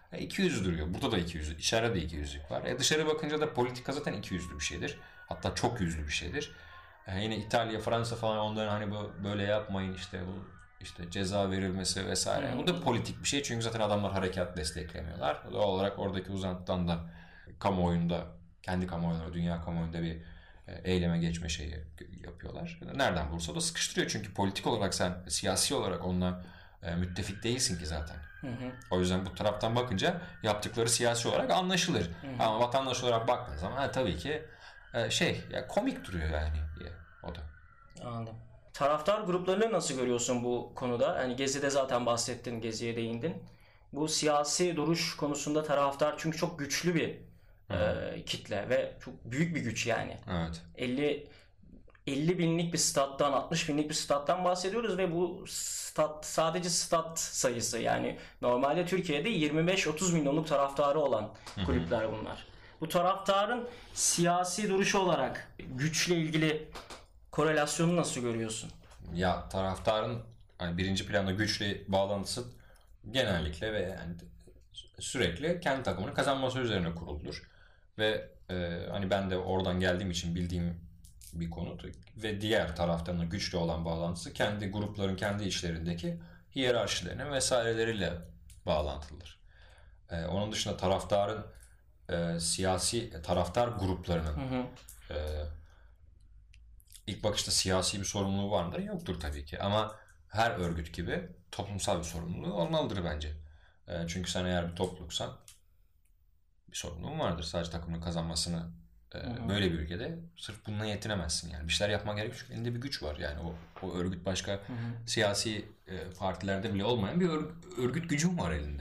200 duruyor. Burada da 200. İçeride de 200'lük var. Dışarı bakınca da politika zaten 200'lü bir şeydir. Hatta çok yüzlü bir şeydir. Yine İtalya, Fransa falan onların hani bu böyle yapmayın işte bu işte ceza verilmesi vesaire. Bu da politik bir şey çünkü zaten adamlar harekat desteklemiyorlar. Doğal olarak oradaki uzantıdan da kamuoyunda, kendi kamuoyunda, dünya kamuoyunda bir eyleme geçme şeyi yapıyorlar. Nereden bulursa da sıkıştırıyor çünkü politik olarak sen siyasi olarak onunla müttefik değilsin ki zaten. O yüzden bu taraftan bakınca yaptıkları siyasi olarak anlaşılır. Ama vatandaş olarak baktığın zaman tabii ki ya komik duruyor yani o da. Anladım. Taraftar gruplarını nasıl görüyorsun bu konuda? Yani Gezi'de zaten bahsettin, Gezi'ye değindin. Bu siyasi duruş konusunda taraftar çünkü çok güçlü bir kitle ve çok büyük bir güç yani. Evet. 50 binlik bir stat'tan 60 binlik bir stat'tan bahsediyoruz ve bu stat sadece stat sayısı yani normalde Türkiye'de 25-30 milyonluk taraftarı olan kulüpler bunlar. Bu taraftarın siyasi duruşu olarak güçle ilgili korelasyonu nasıl görüyorsun? Ya taraftarın hani birinci planda güçle bağlantısı genellikle ve yani sürekli kendi takımının kazanması üzerine kuruludur. Ve hani ben de oradan geldiğim için bildiğim bir konu ve diğer taraftarın güçlü olan bağlantısı kendi grupların kendi içlerindeki hiyerarşilerine vesaireleriyle bağlantılıdır. Onun dışında taraftarın siyasi taraftar gruplarının ilk bakışta siyasi bir sorumluluğu var mıdır? Yoktur tabii ki. Ama her örgüt gibi toplumsal bir sorumluluğu olmalıdır bence. Çünkü sen eğer bir topluluksan bir sorumluluğun vardır. Sadece takımın kazanmasını böyle bir ülkede sırf bununla yetinemezsin. Yani bir şeyler yapman gerekiyor çünkü elinde bir güç var. Yani o örgüt başka siyasi partilerde bile olmayan bir örgüt gücün var elinde.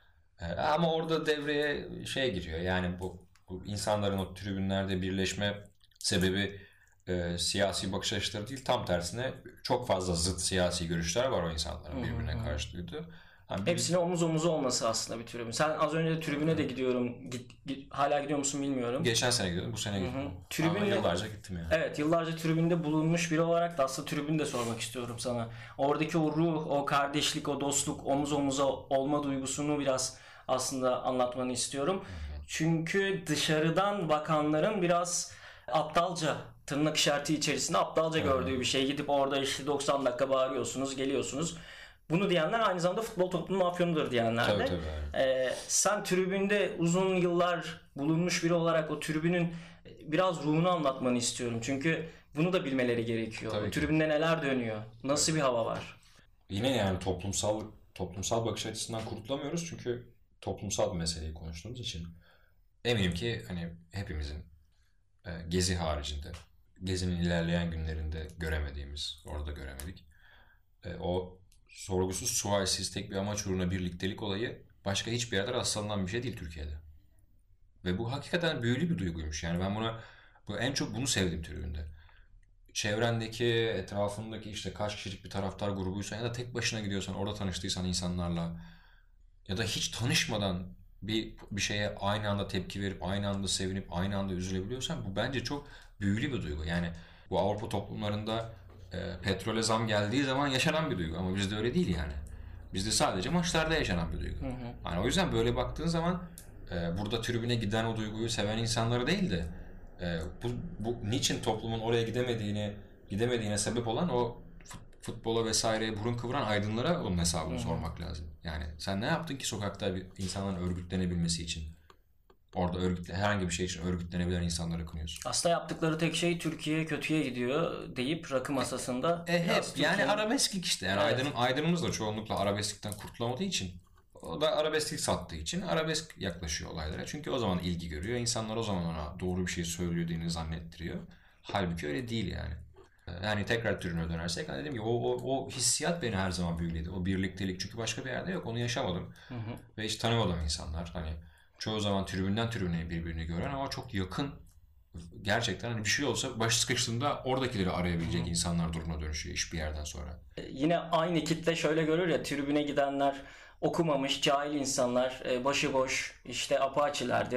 Ama orada devreye giriyor. Yani bu insanların o tribünlerde birleşme sebebi siyasi bakış açıları değil. Tam tersine çok fazla zıt siyasi görüşler var o insanların birbirine karşı duyduğu. Hani Hepsine omuz omuza olması aslında bir tribün. Sen az önce de tribüne de gidiyorum. Hala gidiyor musun bilmiyorum. Geçen sene gidiyordum, bu sene gittim. Tribünde, yıllarca gittim yani. Evet, yıllarca tribünde bulunmuş biri olarak da aslında tribünü de sormak istiyorum sana. Oradaki o ruh, o kardeşlik, o dostluk, omuz omuza olma duygusunu biraz aslında anlatmanı istiyorum. Çünkü dışarıdan bakanların biraz aptalca, tırnak işareti içerisinde aptalca gördüğü bir şey. Gidip orada işte 90 dakika bağırıyorsunuz, geliyorsunuz. Bunu diyenler aynı zamanda futbol toplumunun afyonudur diyenler de. Tabii. Sen tribünde uzun yıllar bulunmuş biri olarak o tribünün biraz ruhunu anlatmanı istiyorum. Çünkü bunu da bilmeleri gerekiyor. Tabii o ki. tribünde neler dönüyor? Nasıl bir hava var? Yine yani toplumsal bakış açısından kurtulamıyoruz çünkü toplumsal bir meseleyi konuştuğumuz için eminim ki hani hepimizin Gezi haricinde, Gezi'nin ilerleyen günlerinde göremediğimiz, orada göremedik. O sorgusuz sualsiz tek bir amaç uğruna birliktelik olayı başka hiçbir yerde rastlanılan bir şey değil Türkiye'de. Ve bu hakikaten büyülü bir duyguymuş. Yani ben en çok bunu sevdim tribünde. Çevrendeki, etrafındaki işte kaç kişilik bir taraftar grubuysan ya da tek başına gidiyorsan, orada tanıştıysan insanlarla ya da hiç tanışmadan bir şeye aynı anda tepki verip, aynı anda sevinip, aynı anda üzülebiliyorsan bu bence çok büyülü bir duygu. Yani bu Avrupa toplumlarında petrole zam geldiği zaman yaşanan bir duygu ama bizde öyle değil yani. Bizde sadece maçlarda yaşanan bir duygu. Yani o yüzden böyle baktığın zaman burada tribüne giden o duyguyu seven insanları değil de bu niçin toplumun oraya gidemediğine sebep olan o futbola vesaireye burun kıvıran aydınlara onun hesabını sormak lazım. Yani sen ne yaptın ki sokakta bir insanların örgütlenebilmesi için? Orada herhangi bir şey için örgütlenebilen insanları kınıyorsun. Aslında yaptıkları tek şey Türkiye kötüye gidiyor deyip rakı masasında Hep yani arabesklik işte. Yani Evet. Aydınımız da çoğunlukla arabesklikten kurtulamadığı için, o da arabesklik sattığı için arabesk yaklaşıyor olaylara. Çünkü o zaman ilgi görüyor. İnsanlar o zaman ona doğru bir şey söylediğini zannettiriyor. Halbuki öyle değil yani. Yani tekrar türüne dönersek hani dediğim gibi o hissiyat beni her zaman büyüledi. O birliktelik çünkü başka bir yerde yok. Onu yaşamadım. Ve hiç tanımadım insanlar. Hani çoğu zaman tribünden tribüne birbirini gören ama çok yakın, gerçekten hani bir şey olsa başı sıkıştığında oradakileri arayabilecek insanlar durumuna dönüşüyor iş bir yerden sonra. Yine aynı kitle şöyle görür ya, tribüne gidenler okumamış, cahil insanlar, başıboş, işte apaçilerdir,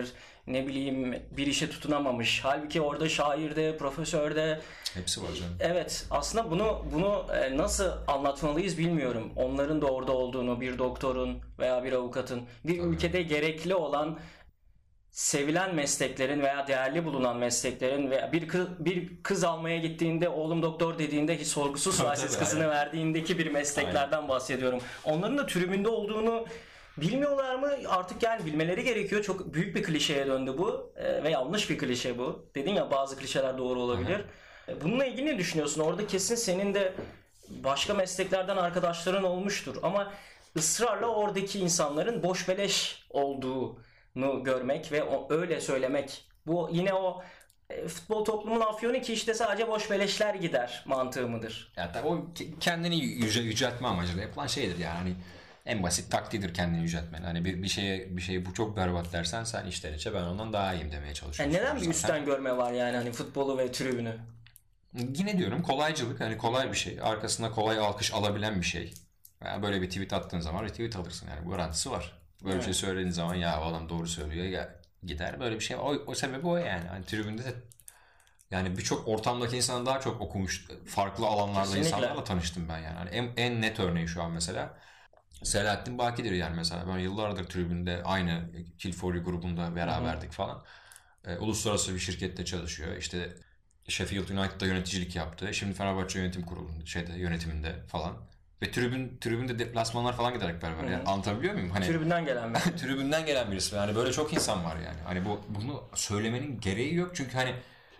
ne bileyim bir işe tutunamamış. Halbuki orada şairde, profesörde. Hepsi var canım. Evet, aslında bunu nasıl anlatmalıyız bilmiyorum. Onların da orada olduğunu, bir doktorun veya bir avukatın, bir ülkede gerekli olan sevilen mesleklerin veya değerli bulunan mesleklerin veya bir kız almaya gittiğinde oğlum doktor dediğinde hiç sorgusuz sualsiz kızını verdiğindeki bir mesleklerden bahsediyorum. Onların da tribünde olduğunu bilmiyorlar mı? Artık yani bilmeleri gerekiyor. Çok büyük bir klişeye döndü bu ve yanlış bir klişe bu. Dedin ya bazı klişeler doğru olabilir. Bununla ilgili ne düşünüyorsun? Orada kesin senin de başka mesleklerden arkadaşların olmuştur ama ısrarla oradaki insanların boş beleş olduğunu görmek ve öyle söylemek. Bu yine o futbol toplumun afyonu ki işte sadece boş beleşler gider mantığı mıdır? Yani tabii o kendini yüceltme amacıyla yapılan şeydir yani. Hani en basit taktiğidir kendini yüceltmen. Hani bir şeye bu çok berbat dersen sen içten içe ben ondan daha iyiyim demeye çalışıyorsun. Yani neden bir üstten görme var yani hani futbolu ve tribünü? Yine diyorum kolaycılık, hani kolay bir şey. Arkasında kolay alkış alabilen bir şey. Yani böyle bir tweet attığın zaman retweet alırsın yani, bu garantisi var. Böyle bir şey söylediğin zaman ya o adam doğru söylüyor ya gider, böyle bir şey. O sebebi o yani. Hani tribünde de yani birçok ortamdaki insanı daha çok okumuş, farklı alanlarda Kesinlikle. insanlarla tanıştım ben yani. Hani en net örneği şu an mesela Selahattin Baki'dir yani mesela. Ben yıllardır tribünde aynı Kill For You grubunda beraberdik falan. Uluslararası bir şirkette çalışıyor. İşte Sheffield United'da yöneticilik yaptı. Şimdi Fenerbahçe yönetim kurulunda, yönetiminde falan. Ve tribünde deplasmanlar falan giderek beraber. Yani anlatabiliyor muyum? Hani Tribünden gelen bir. tribünden gelen birisi. Yani böyle çok insan var yani. Hani bunu söylemenin gereği yok çünkü hani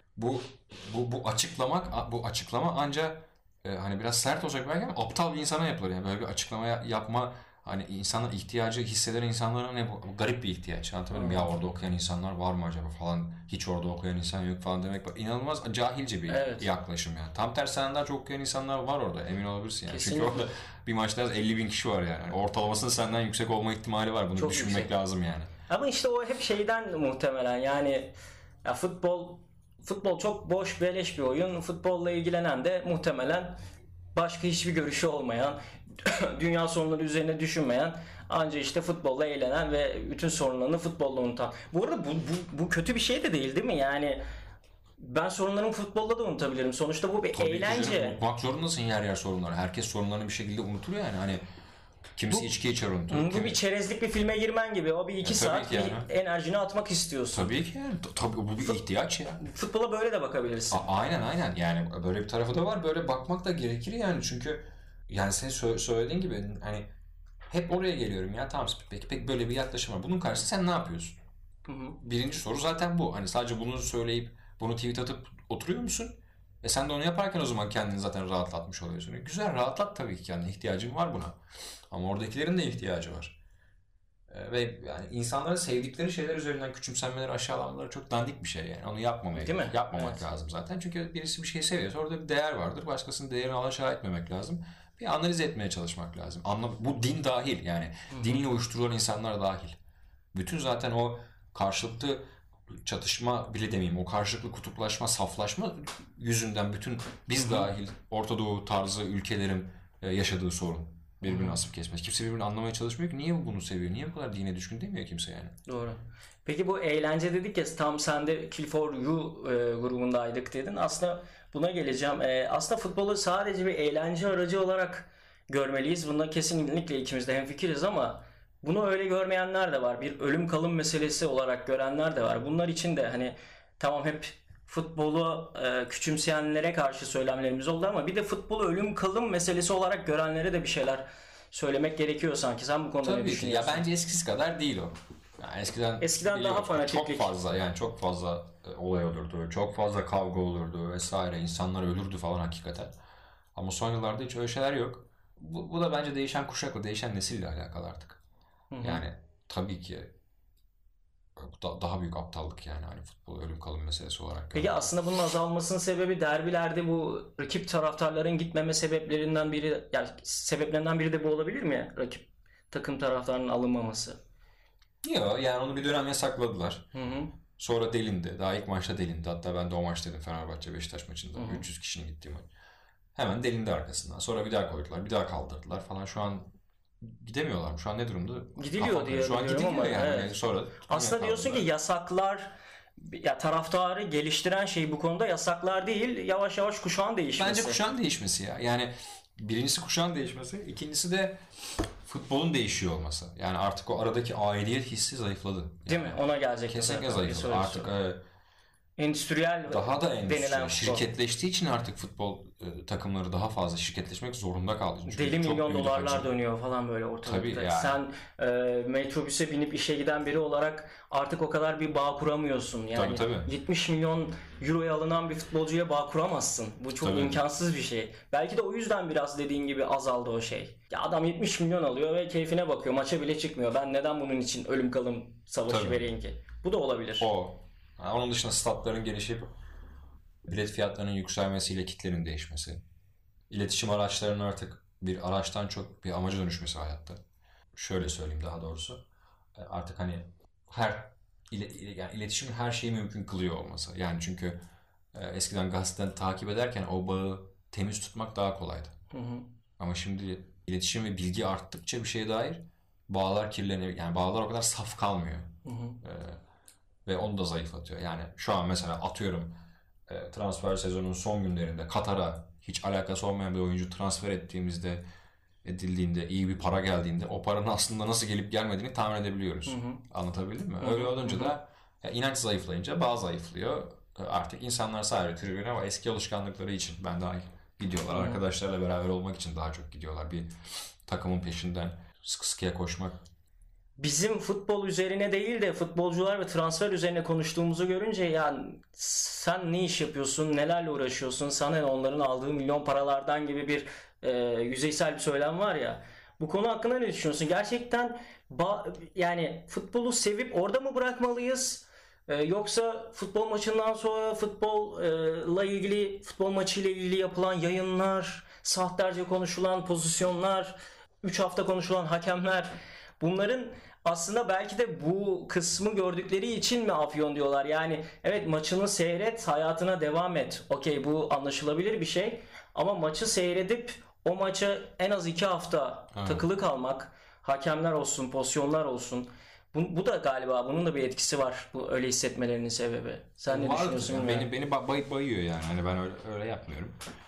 bu açıklama ancak hani biraz sert olacak belki ama aptal bir insana yapılır yani. Böyle bir açıklama yapma, hani insanlar ihtiyacı hisseden insanların hani bu garip bir ihtiyaç. Anlatabildim mi? Ya orada okuyan insanlar var mı acaba falan. Hiç orada okuyan insan yok falan demek. İnanılmaz cahilce bir yaklaşım yani. Tam tersi senden daha çok okuyan insanlar var orada. Emin olabilirsin yani. Kesinlikle. Çünkü orada bir maçta 50 bin kişi var yani. Yani ortalamasının senden yüksek olma ihtimali var. Bunu Çok düşünmek yüksek. lazım yani. Ama işte o hep şeyden muhtemelen yani ya futbol çok boş beleş bir oyun. Futbolla ilgilenen de muhtemelen başka hiçbir görüşü olmayan, dünya sorunları üzerine düşünmeyen, anca işte futbolla eğlenen ve bütün sorunlarını futbolla unutan. Bu arada bu kötü bir şey de değil mi? Yani ben sorunlarımı futbolda da unutabilirim. Sonuçta bu bir Tabii ki eğlence. canım, unutmak zorundasın yer yer sorunları. Herkes sorunlarını bir şekilde unutur yani. Hani kimisi içki içer unutur. Bu bir çerezlik bir filme girmen gibi. O bir iki tabii saat ki yani. bir enerjini atmak istiyorsun. Tabii ki yani. Tabii bu bir ihtiyaç ya. Futbola böyle de bakabilirsin. Aynen yani böyle bir tarafı da var. Böyle bakmak da gerekir yani çünkü yani senin söylediğin gibi hani hep oraya geliyorum ya, tamam peki böyle bir yaklaşım var. Bunun karşısında sen ne yapıyorsun? Birinci soru zaten bu. Hani sadece bunu söyleyip bunu tweet atıp oturuyor musun? Sen de onu yaparken o zaman kendini zaten rahatlatmış oluyorsun. Güzel, rahatlat tabii ki kendine. İhtiyacın var buna. Ama oradakilerin de ihtiyacı var. Ve yani insanların sevdikleri şeyler üzerinden küçümsenmeleri, aşağılamaları çok dandik bir şey yani. Onu Değil mi? yapmamak Evet. lazım zaten. Çünkü birisi bir şey seviyorsa orada bir değer vardır. Başkasının değerini alaşağı etmemek lazım. Bir analiz etmeye çalışmak lazım. Bu din dahil yani. Dinle uyuşturulan insanlar dahil. Bütün zaten o karşılıklı çatışma bile demeyeyim, o karşılıklı kutuplaşma, saflaşma yüzünden bütün biz dahil Orta Doğu tarzı ülkelerin yaşadığı sorun. Birbirini asıp kesmesi. Kimse birbirini anlamaya çalışmıyor ki niye bunu seviyor, niye bu kadar dine düşkün demiyor kimse yani. Doğru. Peki bu eğlence dedik ya, tam sen de Kill For You grubundaydık dedin. Aslında buna geleceğim. Aslında futbolu sadece bir eğlence aracı olarak görmeliyiz. Bunda kesinlikle ikimiz de hemfikiriz ama bunu öyle görmeyenler de var. Bir ölüm kalım meselesi olarak görenler de var. Bunlar için de hani tamam hep futbolu küçümseyenlere karşı söylemlerimiz oldu ama bir de futbolu ölüm kalım meselesi olarak görenlere de bir şeyler söylemek gerekiyor sanki. Sen bu konuda ne Tabii ki. Ya düşünüyorsun? bence eskisi kadar değil o. Yani eskiden daha biliyoruz, fanatiklik. çok fazla olay olurdu. Çok fazla kavga olurdu vesaire. İnsanlar ölürdü falan hakikaten. Ama son yıllarda hiç öyle şeyler yok. Bu da bence değişen kuşakla, değişen nesille alakalı artık. Yani tabii ki daha büyük aptallık yani hani futbol ölüm kalım meselesi olarak Peki görmek. aslında bunun azalmasının sebebi derbilerde bu rakip taraftarların gitmeme sebeplerinden biri, yani sebeplerinden biri de bu olabilir mi? Rakip takım taraftarının alınmaması. Yok yani onu bir dönem yasakladılar. Hı hı. Sonra delindi. Daha ilk maçta delindi. Hatta ben de o maçtaydım, Fenerbahçe Beşiktaş maçında. 300 kişinin gittiği maç. Hemen delindi arkasından. Sonra bir daha koydular. Bir daha kaldırdılar falan. Şu an gidemiyorlar. Şu an ne durumda? Gidiliyor diye şu an biliyorum gidiliyor ama yani. evet. Sonra Aslında diyorsun ki yasaklar, ya taraftarı geliştiren şey bu konuda yasaklar değil, yavaş yavaş kuşağın değişmesi. Bence kuşağın değişmesi ya. Yani birincisi kuşağın değişmesi, ikincisi de futbolun değişiyor olması. Yani artık o aradaki aidiyet hissi zayıfladı. Yani değil mi? Ona gelecek. kesinlikle zayıfladı. Artık endüstriyel daha da denilen endüstriyel, futbol. şirketleştiği için artık futbol takımları daha fazla şirketleşmek zorunda kaldı. Çünkü Deli çok milyon büyüdü dolarlar hacim. dönüyor falan böyle ortalıkta. Tabii yani. Sen metrobüse binip işe giden biri olarak artık o kadar bir bağ kuramıyorsun. Yani Tabii. 70 milyon euroya alınan bir futbolcuya bağ kuramazsın. Bu çok Tabii. imkansız bir şey. Belki de o yüzden biraz dediğin gibi azaldı o şey. Ya adam 70 milyon alıyor ve keyfine bakıyor. Maça bile çıkmıyor. Ben neden bunun için ölüm kalım savaşı Tabii. vereyim ki? Bu da olabilir. Yani onun dışında statların gelişip bilet fiyatlarının yükselmesiyle kitlenin değişmesi. İletişim araçlarının artık bir araçtan çok bir amaca dönüşmesi hayatta. Şöyle söyleyeyim daha doğrusu. Artık hani yani iletişimin her şeyi mümkün kılıyor olması. Yani çünkü eskiden gazeteden takip ederken o bağı temiz tutmak daha kolaydı. Hı hı. Ama şimdi iletişim ve bilgi arttıkça bir şeye dair bağlar kirleniyor. Yani bağlar o kadar saf kalmıyor. Hı hı. Ve onu da zayıflatıyor. Yani şu an mesela atıyorum transfer sezonunun son günlerinde Katar'a hiç alakası olmayan bir oyuncu transfer edildiğinde iyi bir para geldiğinde o paranın aslında nasıl gelip gelmediğini tahmin edebiliyoruz. Hı hı. Anlatabildim mi? Hı hı. Öyle olunca da inanç zayıflayınca bağ zayıflıyor. Artık insanlar sadece tribüne ama eski alışkanlıkları için ben daha gidiyorlar. Hı hı. Arkadaşlarla beraber olmak için daha çok gidiyorlar. Bir takımın peşinden sıkı sıkıya koşmak. Bizim futbol üzerine değil de futbolcular ve transfer üzerine konuştuğumuzu görünce yani sen ne iş yapıyorsun, nelerle uğraşıyorsun, sana ne onların aldığı milyon paralardan gibi bir yüzeysel bir söylem var ya. Bu konu hakkında ne düşünüyorsun? Gerçekten yani futbolu sevip orada mı bırakmalıyız? Yoksa futbol maçından sonra futbolla ilgili, futbol maçıyla ilgili yapılan yayınlar, saatlerce konuşulan pozisyonlar, 3 hafta konuşulan hakemler, bunların aslında belki de bu kısmı gördükleri için mi afyon diyorlar? Yani evet maçını seyret, hayatına devam et. Okey, bu anlaşılabilir bir şey. Ama maçı seyredip o maça en az 2 hafta takılı kalmak, hakemler olsun, pozisyonlar olsun. Bu da galiba bunun da bir etkisi var. Bu öyle hissetmelerinin sebebi. Sen ne düşünüyorsun? Yani beni bayıyor yani. Hani ben öyle yapmıyorum.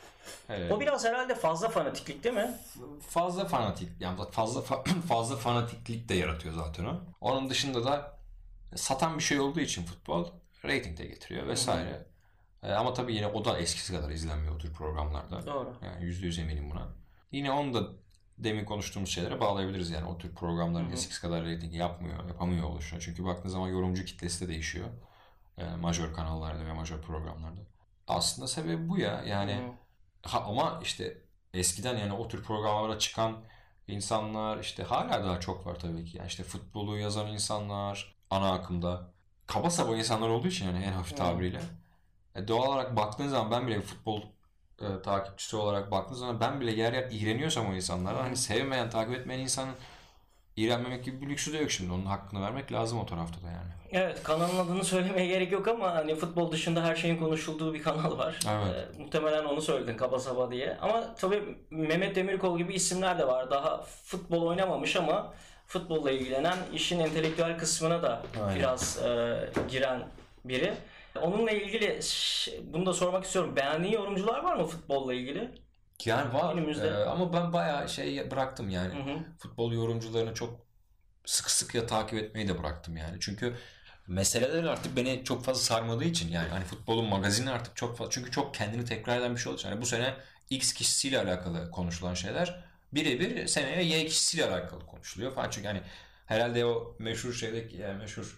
O biraz herhalde fazla fanatiklik değil mi? Fazla fanatik, yani fazla fanatiklik de yaratıyor zaten o. Onun dışında da satan bir şey olduğu için futbol reyting de getiriyor vesaire. Ama tabii yine o da eskisi kadar izlenmiyor o tür programlarda. Doğru. Yani %100 eminim buna. Yine onu da demin konuştuğumuz şeylere bağlayabiliriz yani o tür programların eskisi kadar reyting yapamıyor oluşuyor. Çünkü baktığınız zaman yorumcu kitlesi de değişiyor. Majör kanallarda ve majör programlarda. Aslında sebebi bu ya. Yani ama işte eskiden yani o tür programlara çıkan insanlar işte hala daha çok var tabii ki. Yani işte futbolu yazan insanlar ana akımda kaba saba insanlar olduğu için yani en hafif tabiriyle. Doğal olarak baktığın zaman ben bile futbol takipçisi olarak baktığın zaman ben bile yer yer iğreniyorsam o insanlara hani sevmeyen, takip etmeyen insanın iğrenmemek gibi bir lüksü de yok şimdi. Onun hakkını vermek lazım o tarafta da yani. Evet, kanalın adını söylemeye gerek yok ama hani futbol dışında her şeyin konuşulduğu bir kanal var. Evet. Muhtemelen onu söyledin kaba saba diye. Ama tabii Mehmet Demirkol gibi isimler de var. Daha futbol oynamamış ama futbolla ilgilenen, işin entelektüel kısmına da Aynen. biraz giren biri. Onunla ilgili bunu da sormak istiyorum. Beğendiğin yorumcular var mı futbolla ilgili? Yani var Günümüzde. ama ben bayağı bıraktım yani. Hı hı. Futbol yorumcularını çok sıkı takip etmeyi de bıraktım yani. Çünkü meseleler artık beni çok fazla sarmadığı için yani hani futbolun magazini artık çok fazla çünkü çok kendini tekrar eden bir şey olduğu için. Yani bu sene X kişisiyle alakalı konuşulan şeyler birebir seneye Y kişisiyle alakalı konuşuluyor falan. Çünkü hani herhalde o meşhur şeydeki yani meşhur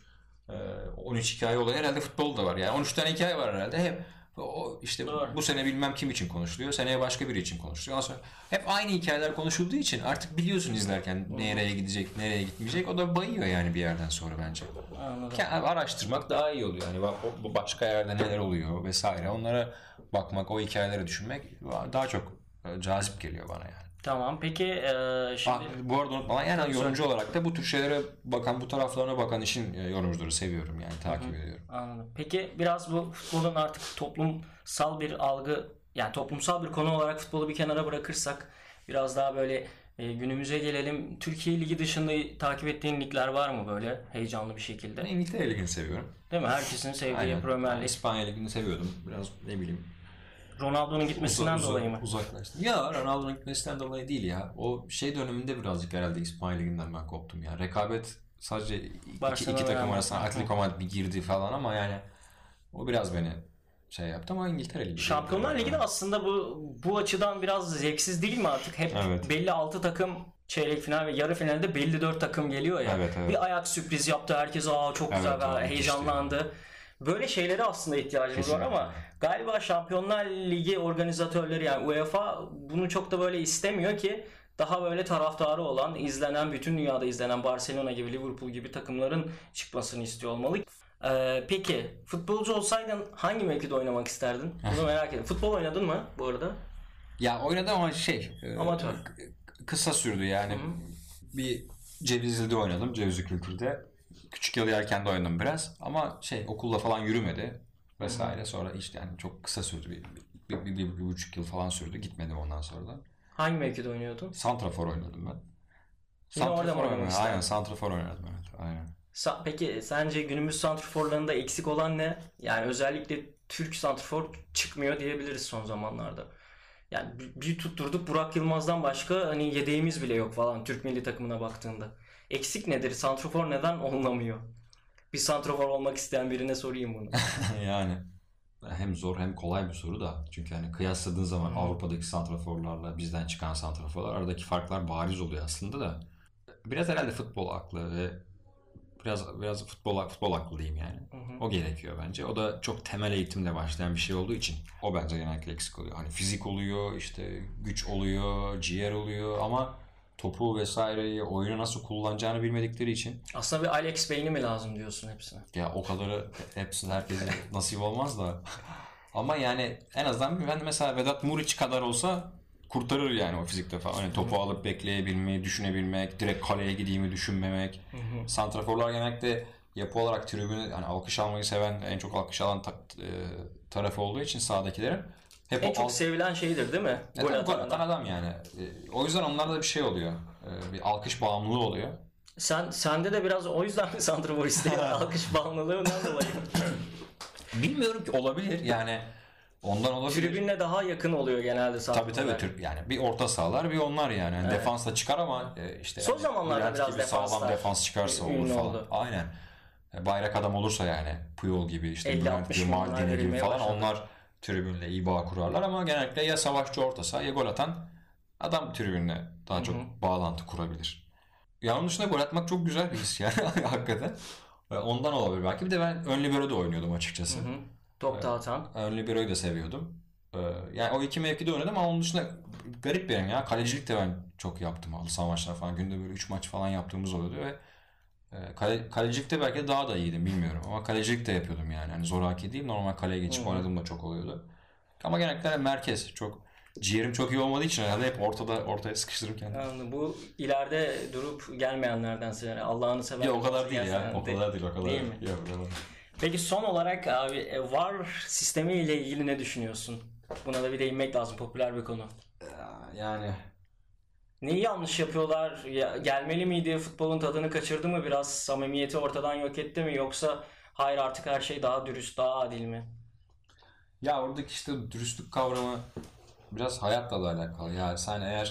13 hikaye olayı herhalde futbolda var. Yani 13 tane hikaye var herhalde. Hep o işte Doğru. bu sene bilmem kim için konuşuluyor. Seneye başka biri için konuşuluyor. Ondan sonra hep aynı hikayeler konuşulduğu için artık biliyorsun izlerken nereye gidecek, nereye gitmeyecek. O da bayıyor yani bir yerden sonra bence. Anladım. Araştırmak daha iyi oluyor. Yani bu başka yerde neler oluyor vesaire. Onlara bakmak, o hikayelere düşünmek daha çok cazip geliyor bana yani. Tamam. Peki şimdi Bu arada unutma yani Tabii, yorumcu olarak da bu tür şeylere bakan, bu taraflarına bakan işin yorumcuları seviyorum yani takip ediyorum. anladım. Peki biraz bu futbolun artık toplumsal bir algı, yani toplumsal bir konu olarak futbolu bir kenara bırakırsak biraz daha böyle Günümüze gelelim. Türkiye Ligi dışında takip ettiğin ligler var mı böyle heyecanlı bir Ben şekilde? İngiltere Ligi'ni seviyorum. Değil mi? Herkesin sevdiği Aynen. Premier Yani Lig. İspanya Ligi'ni seviyordum. Biraz ne bileyim Ronaldo'nun gitmesinden dolayı mı? uzaklaştım. Ya Ronaldo'nun gitmesinden dolayı değil ya. O şey döneminde birazcık herhalde İspanya Ligi'nden ben koptum ya. Rekabet sadece iki takım arasında Atletico Madrid bir girdi falan ama yani o biraz beni şey yaptı ama İngiltere Ligi. Şampiyonlar Ligi de aslında bu açıdan biraz zevksiz değil mi artık? Hep Evet. belli 6 takım çeyrek final ve yarı finalde belli 4 takım geliyor ya. Evet, evet. Bir Ajax sürpriz yaptı. Herkes çok güzel Evet, evet, heyecanlandı. Böyle şeylere aslında ihtiyacımız Kesinlikle. var ama galiba Şampiyonlar Ligi organizatörleri yani UEFA bunu çok da böyle istemiyor ki daha böyle taraftarı olan, izlenen, bütün dünyada izlenen Barcelona gibi, Liverpool gibi takımların çıkmasını istiyor olmalı. Peki futbolcu olsaydın hangi mevkide oynamak isterdin? Bunu merak ediyorum. Futbol oynadın mı bu arada? Ya oynadı ama Amatör. kısa sürdü yani. Hı hı. Bir Cevizli'de oynadım. Cevizli Kültür'de. Küçük yıl yerken de oynadım biraz. Ama okulda falan yürümedi vesaire. Sonra işte yani çok kısa sürdü. Bir buçuk yıl falan sürdü. Gitmedim ondan sonra da. Hangi mevkide oynuyordun? Santrafor oynadım ben. Yine orada mı oynamak oynadım. istedin? Aynen santrafor oynadım. Evet, aynen. Peki sence günümüz santrforlarında eksik olan ne? Yani özellikle Türk santrfor çıkmıyor diyebiliriz son zamanlarda. Yani bir tutturduk Burak Yılmaz'dan başka hani yedeğimiz bile yok falan Türk milli takımına baktığında. Eksik nedir? Santrfor neden olunamıyor? Bir santrfor olmak isteyen birine sorayım bunu. Yani hem zor hem kolay bir soru da. Çünkü hani kıyasladığın zaman Avrupa'daki santraforlarla bizden çıkan santraforlar aradaki farklar bariz oluyor aslında da. Biraz herhalde futbol aklı ve biraz futbol aklı diyeyim yani. O gerekiyor bence. O da çok temel eğitimle başlayan bir şey olduğu için o bence genellikle eksik oluyor. Hani fizik oluyor, işte güç oluyor, ciğer oluyor ama topu vesaireyi oyunu nasıl kullanacağını bilmedikleri için Aslında bir Alex beyni mi lazım diyorsun hepsine? ya o kadarı hepsinin herkese nasip olmaz da. Ama yani en azından ben mesela Vedat Muriç kadar olsa kurtarır yani o fizikte falan. Hani topu alıp bekleyebilmeyi, düşünebilmek, direkt kaleye gideyimi düşünmemek. Santraforlar genellikle yapı olarak tribünü yani alkış almayı seven, en çok alkış alan tarafı olduğu için sahadakilerin hep En çok sevilen şeydir değil mi? Gol gol atan atan adam yani. O yüzden onlarda bir şey oluyor. Bir alkış bağımlılığı oluyor. Sende de biraz o yüzden mi santrafor isteği var? Alkış bağımlılığından dolayı. Bilmiyorum ki olabilir yani ondan olabilir. Tribünle daha yakın oluyor genelde santraforlar. Tabii yani bir orta sahalar bir onlar yani. Evet. Defansla çıkar ama işte Son yani zamanlarda Bülent biraz gibi defanslar sağlam defans çıkarsa olur ünlü falan. oldu. Aynen. Bayrak adam olursa yani Puyol gibi işte 50-60 Bülent gibi milyonlar Maldini gibi verilmeye falan başladı. onlar tribünle iyi bağ kurarlar ama genellikle ya savaşçı orta saha ya gol atan adam tribünle daha çok bağlantı kurabilir. Ya onun dışında gol atmak çok güzel bir his yani hakikaten. Ondan olabilir belki. Bir de ben ön libero'da oynuyordum açıkçası. Top dağıtan. Ön libero'yu da seviyordum. Yani o iki mevkide oynadım ama onun dışında garip benim ya. Kalecilik de ben çok yaptım. Halı saha maçlar falan. Günde böyle 3 maç falan yaptığımız oluyordu ve kalecilikte belki de daha da iyiydim bilmiyorum. Ama kalecilik de yapıyordum yani. Hani zoraki değil. Normal kaleye geçip oynadığım da çok oluyordu. Ama genellikle merkez. Ciğerim çok iyi olmadığı için herhalde hep ortaya sıkıştırırım kendimi. Yani bu ileride durup gelmeyenlerdensin. Yani Allah'ını seven. Ya o kadar değil ya. O kadar değil. Değil mi? Yok, o kadar. Peki son olarak abi VAR sistemi ile ilgili ne düşünüyorsun? Buna da bir değinmek lazım. Popüler bir konu. Yani Neyi yanlış yapıyorlar? Gelmeli miydi? Futbolun tadını kaçırdı mı? Biraz samimiyeti ortadan yok etti mi? Yoksa hayır artık her şey daha dürüst, daha adil mi? ya oradaki işte dürüstlük kavramı biraz hayatla da alakalı. Yani sen eğer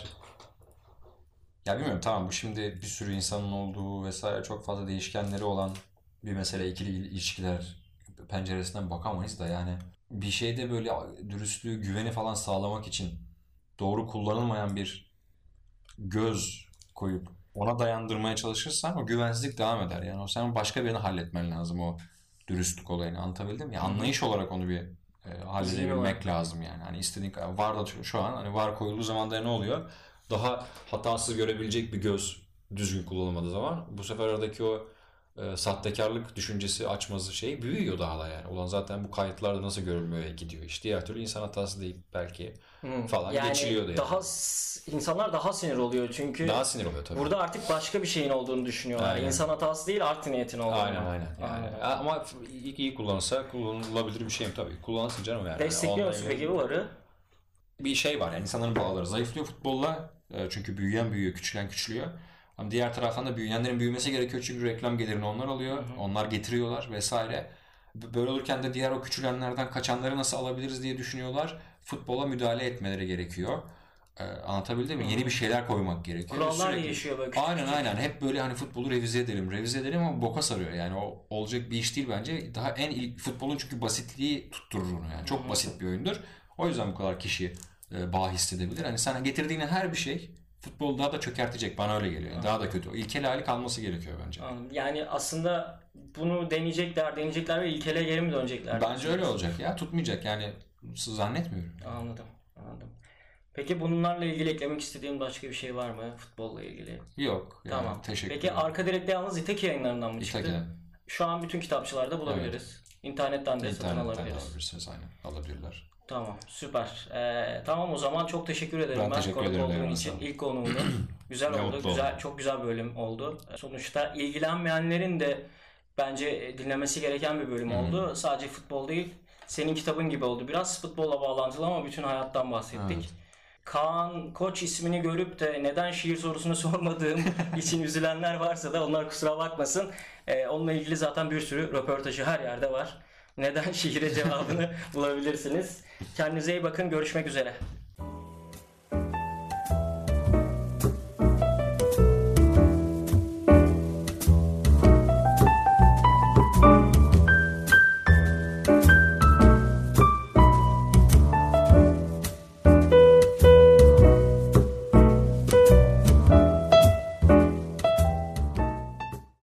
ya bilmiyorum tamam bu şimdi bir sürü insanın olduğu vesaire çok fazla değişkenleri olan bir mesele ikili ilişkiler penceresinden bakamayız da yani bir şeyde böyle dürüstlüğü, güveni falan sağlamak için doğru kullanılmayan bir göz koyup ona dayandırmaya çalışırsan o güvensizlik devam eder. Yani o sen başka birini halletmen lazım o dürüstlük olayını anlatabildim mi? Ya anlayış olarak onu bir halledebilmek lazım yani. Hani istediğin kadar var da şu an hani var koyulduğu zaman da ne oluyor? Daha hatasız görebilecek bir göz düzgün kullanılmadığı zaman bu sefer aradaki o sahtekarlık düşüncesi açması şey büyüyor daha da yani. Ulan zaten bu kayıtlarda nasıl görülmüyor gidiyor. İşte diğer türlü insan hatası deyip belki falan Yani geçiliyordu yani. daha insanlar daha sinir oluyor çünkü Daha sinir oluyor tabii. burada artık başka bir şeyin olduğunu düşünüyorlar. Aynen. İnsan hatası değil art niyetin olduğunu. Aynen. Yani. Ama iyi kullanılsa kullanılabilir bir şey mi tabii. Kullanılsın canım yani. Destekliyor musun peki bu varı? Bir şey var yani insanların bağları zayıflıyor futbolla. Çünkü büyüyen büyüyor, küçülen küçülüyor. Ama diğer taraftan da büyüyenlerin büyümesi gerekiyor çünkü reklam gelirini onlar alıyor. Onlar getiriyorlar vesaire. Böyle olurken de diğer o küçülenlerden kaçanları nasıl alabiliriz diye düşünüyorlar. Futbola müdahale etmeleri gerekiyor. Anlatabildim mi? Yeni bir şeyler koymak gerekiyor. Kurallar Sürekli... değişiyor böyle. Aynen. Hep böyle hani futbolu revize edelim ama boka sarıyor. Yani o olacak bir iş değil bence. Daha futbolun çünkü basitliği tutturur onu yani. Çok basit bir oyundur. O yüzden bu kadar kişi bağ hissedebilir. Hani sana getirdiğin her bir şey futbolu daha da çökertecek. Bana öyle geliyor. Yani daha da kötü. O ilkel hali kalması gerekiyor bence. Yani aslında bunu deneyecekler ve ilkele geri mi dönecekler? Bence öyle olacak ya. Tutmayacak yani. Zannetmiyorum. Anladım. Peki bunlarla ilgili eklemek istediğin başka bir şey var mı futbolla ilgili? Yok. Yani Tamam. teşekkür Peki ederim. arka direkte yalnız İtaki yayınlarından mı çıktı? İtaki. Şu an bütün kitapçılarda bulabiliriz. İnternetten de satın alabiliriz. Alabilirsiniz aynen. Alabilirler. Tamam, süper. Tamam, o zaman çok teşekkür ederim Ben teşekkür konuk ederim, olduğun eyvallah, için. sağ ol. İlk konuğumdu. Güzel Ne oldu. mutlu Güzel, oldum. çok güzel bölüm oldu. Sonuçta ilgilenmeyenlerin de bence dinlemesi gereken bir bölüm oldu. Sadece futbol değil. Senin kitabın gibi oldu. Biraz futbolla bağlantılı ama bütün hayattan bahsettik. Evet. Kaan Koç ismini görüp de neden şiir sorusunu sormadığım için üzülenler varsa da onlar kusura bakmasın. Onunla ilgili zaten bir sürü röportajı her yerde var. Neden şiire cevabını bulabilirsiniz. Kendinize iyi bakın. Görüşmek üzere.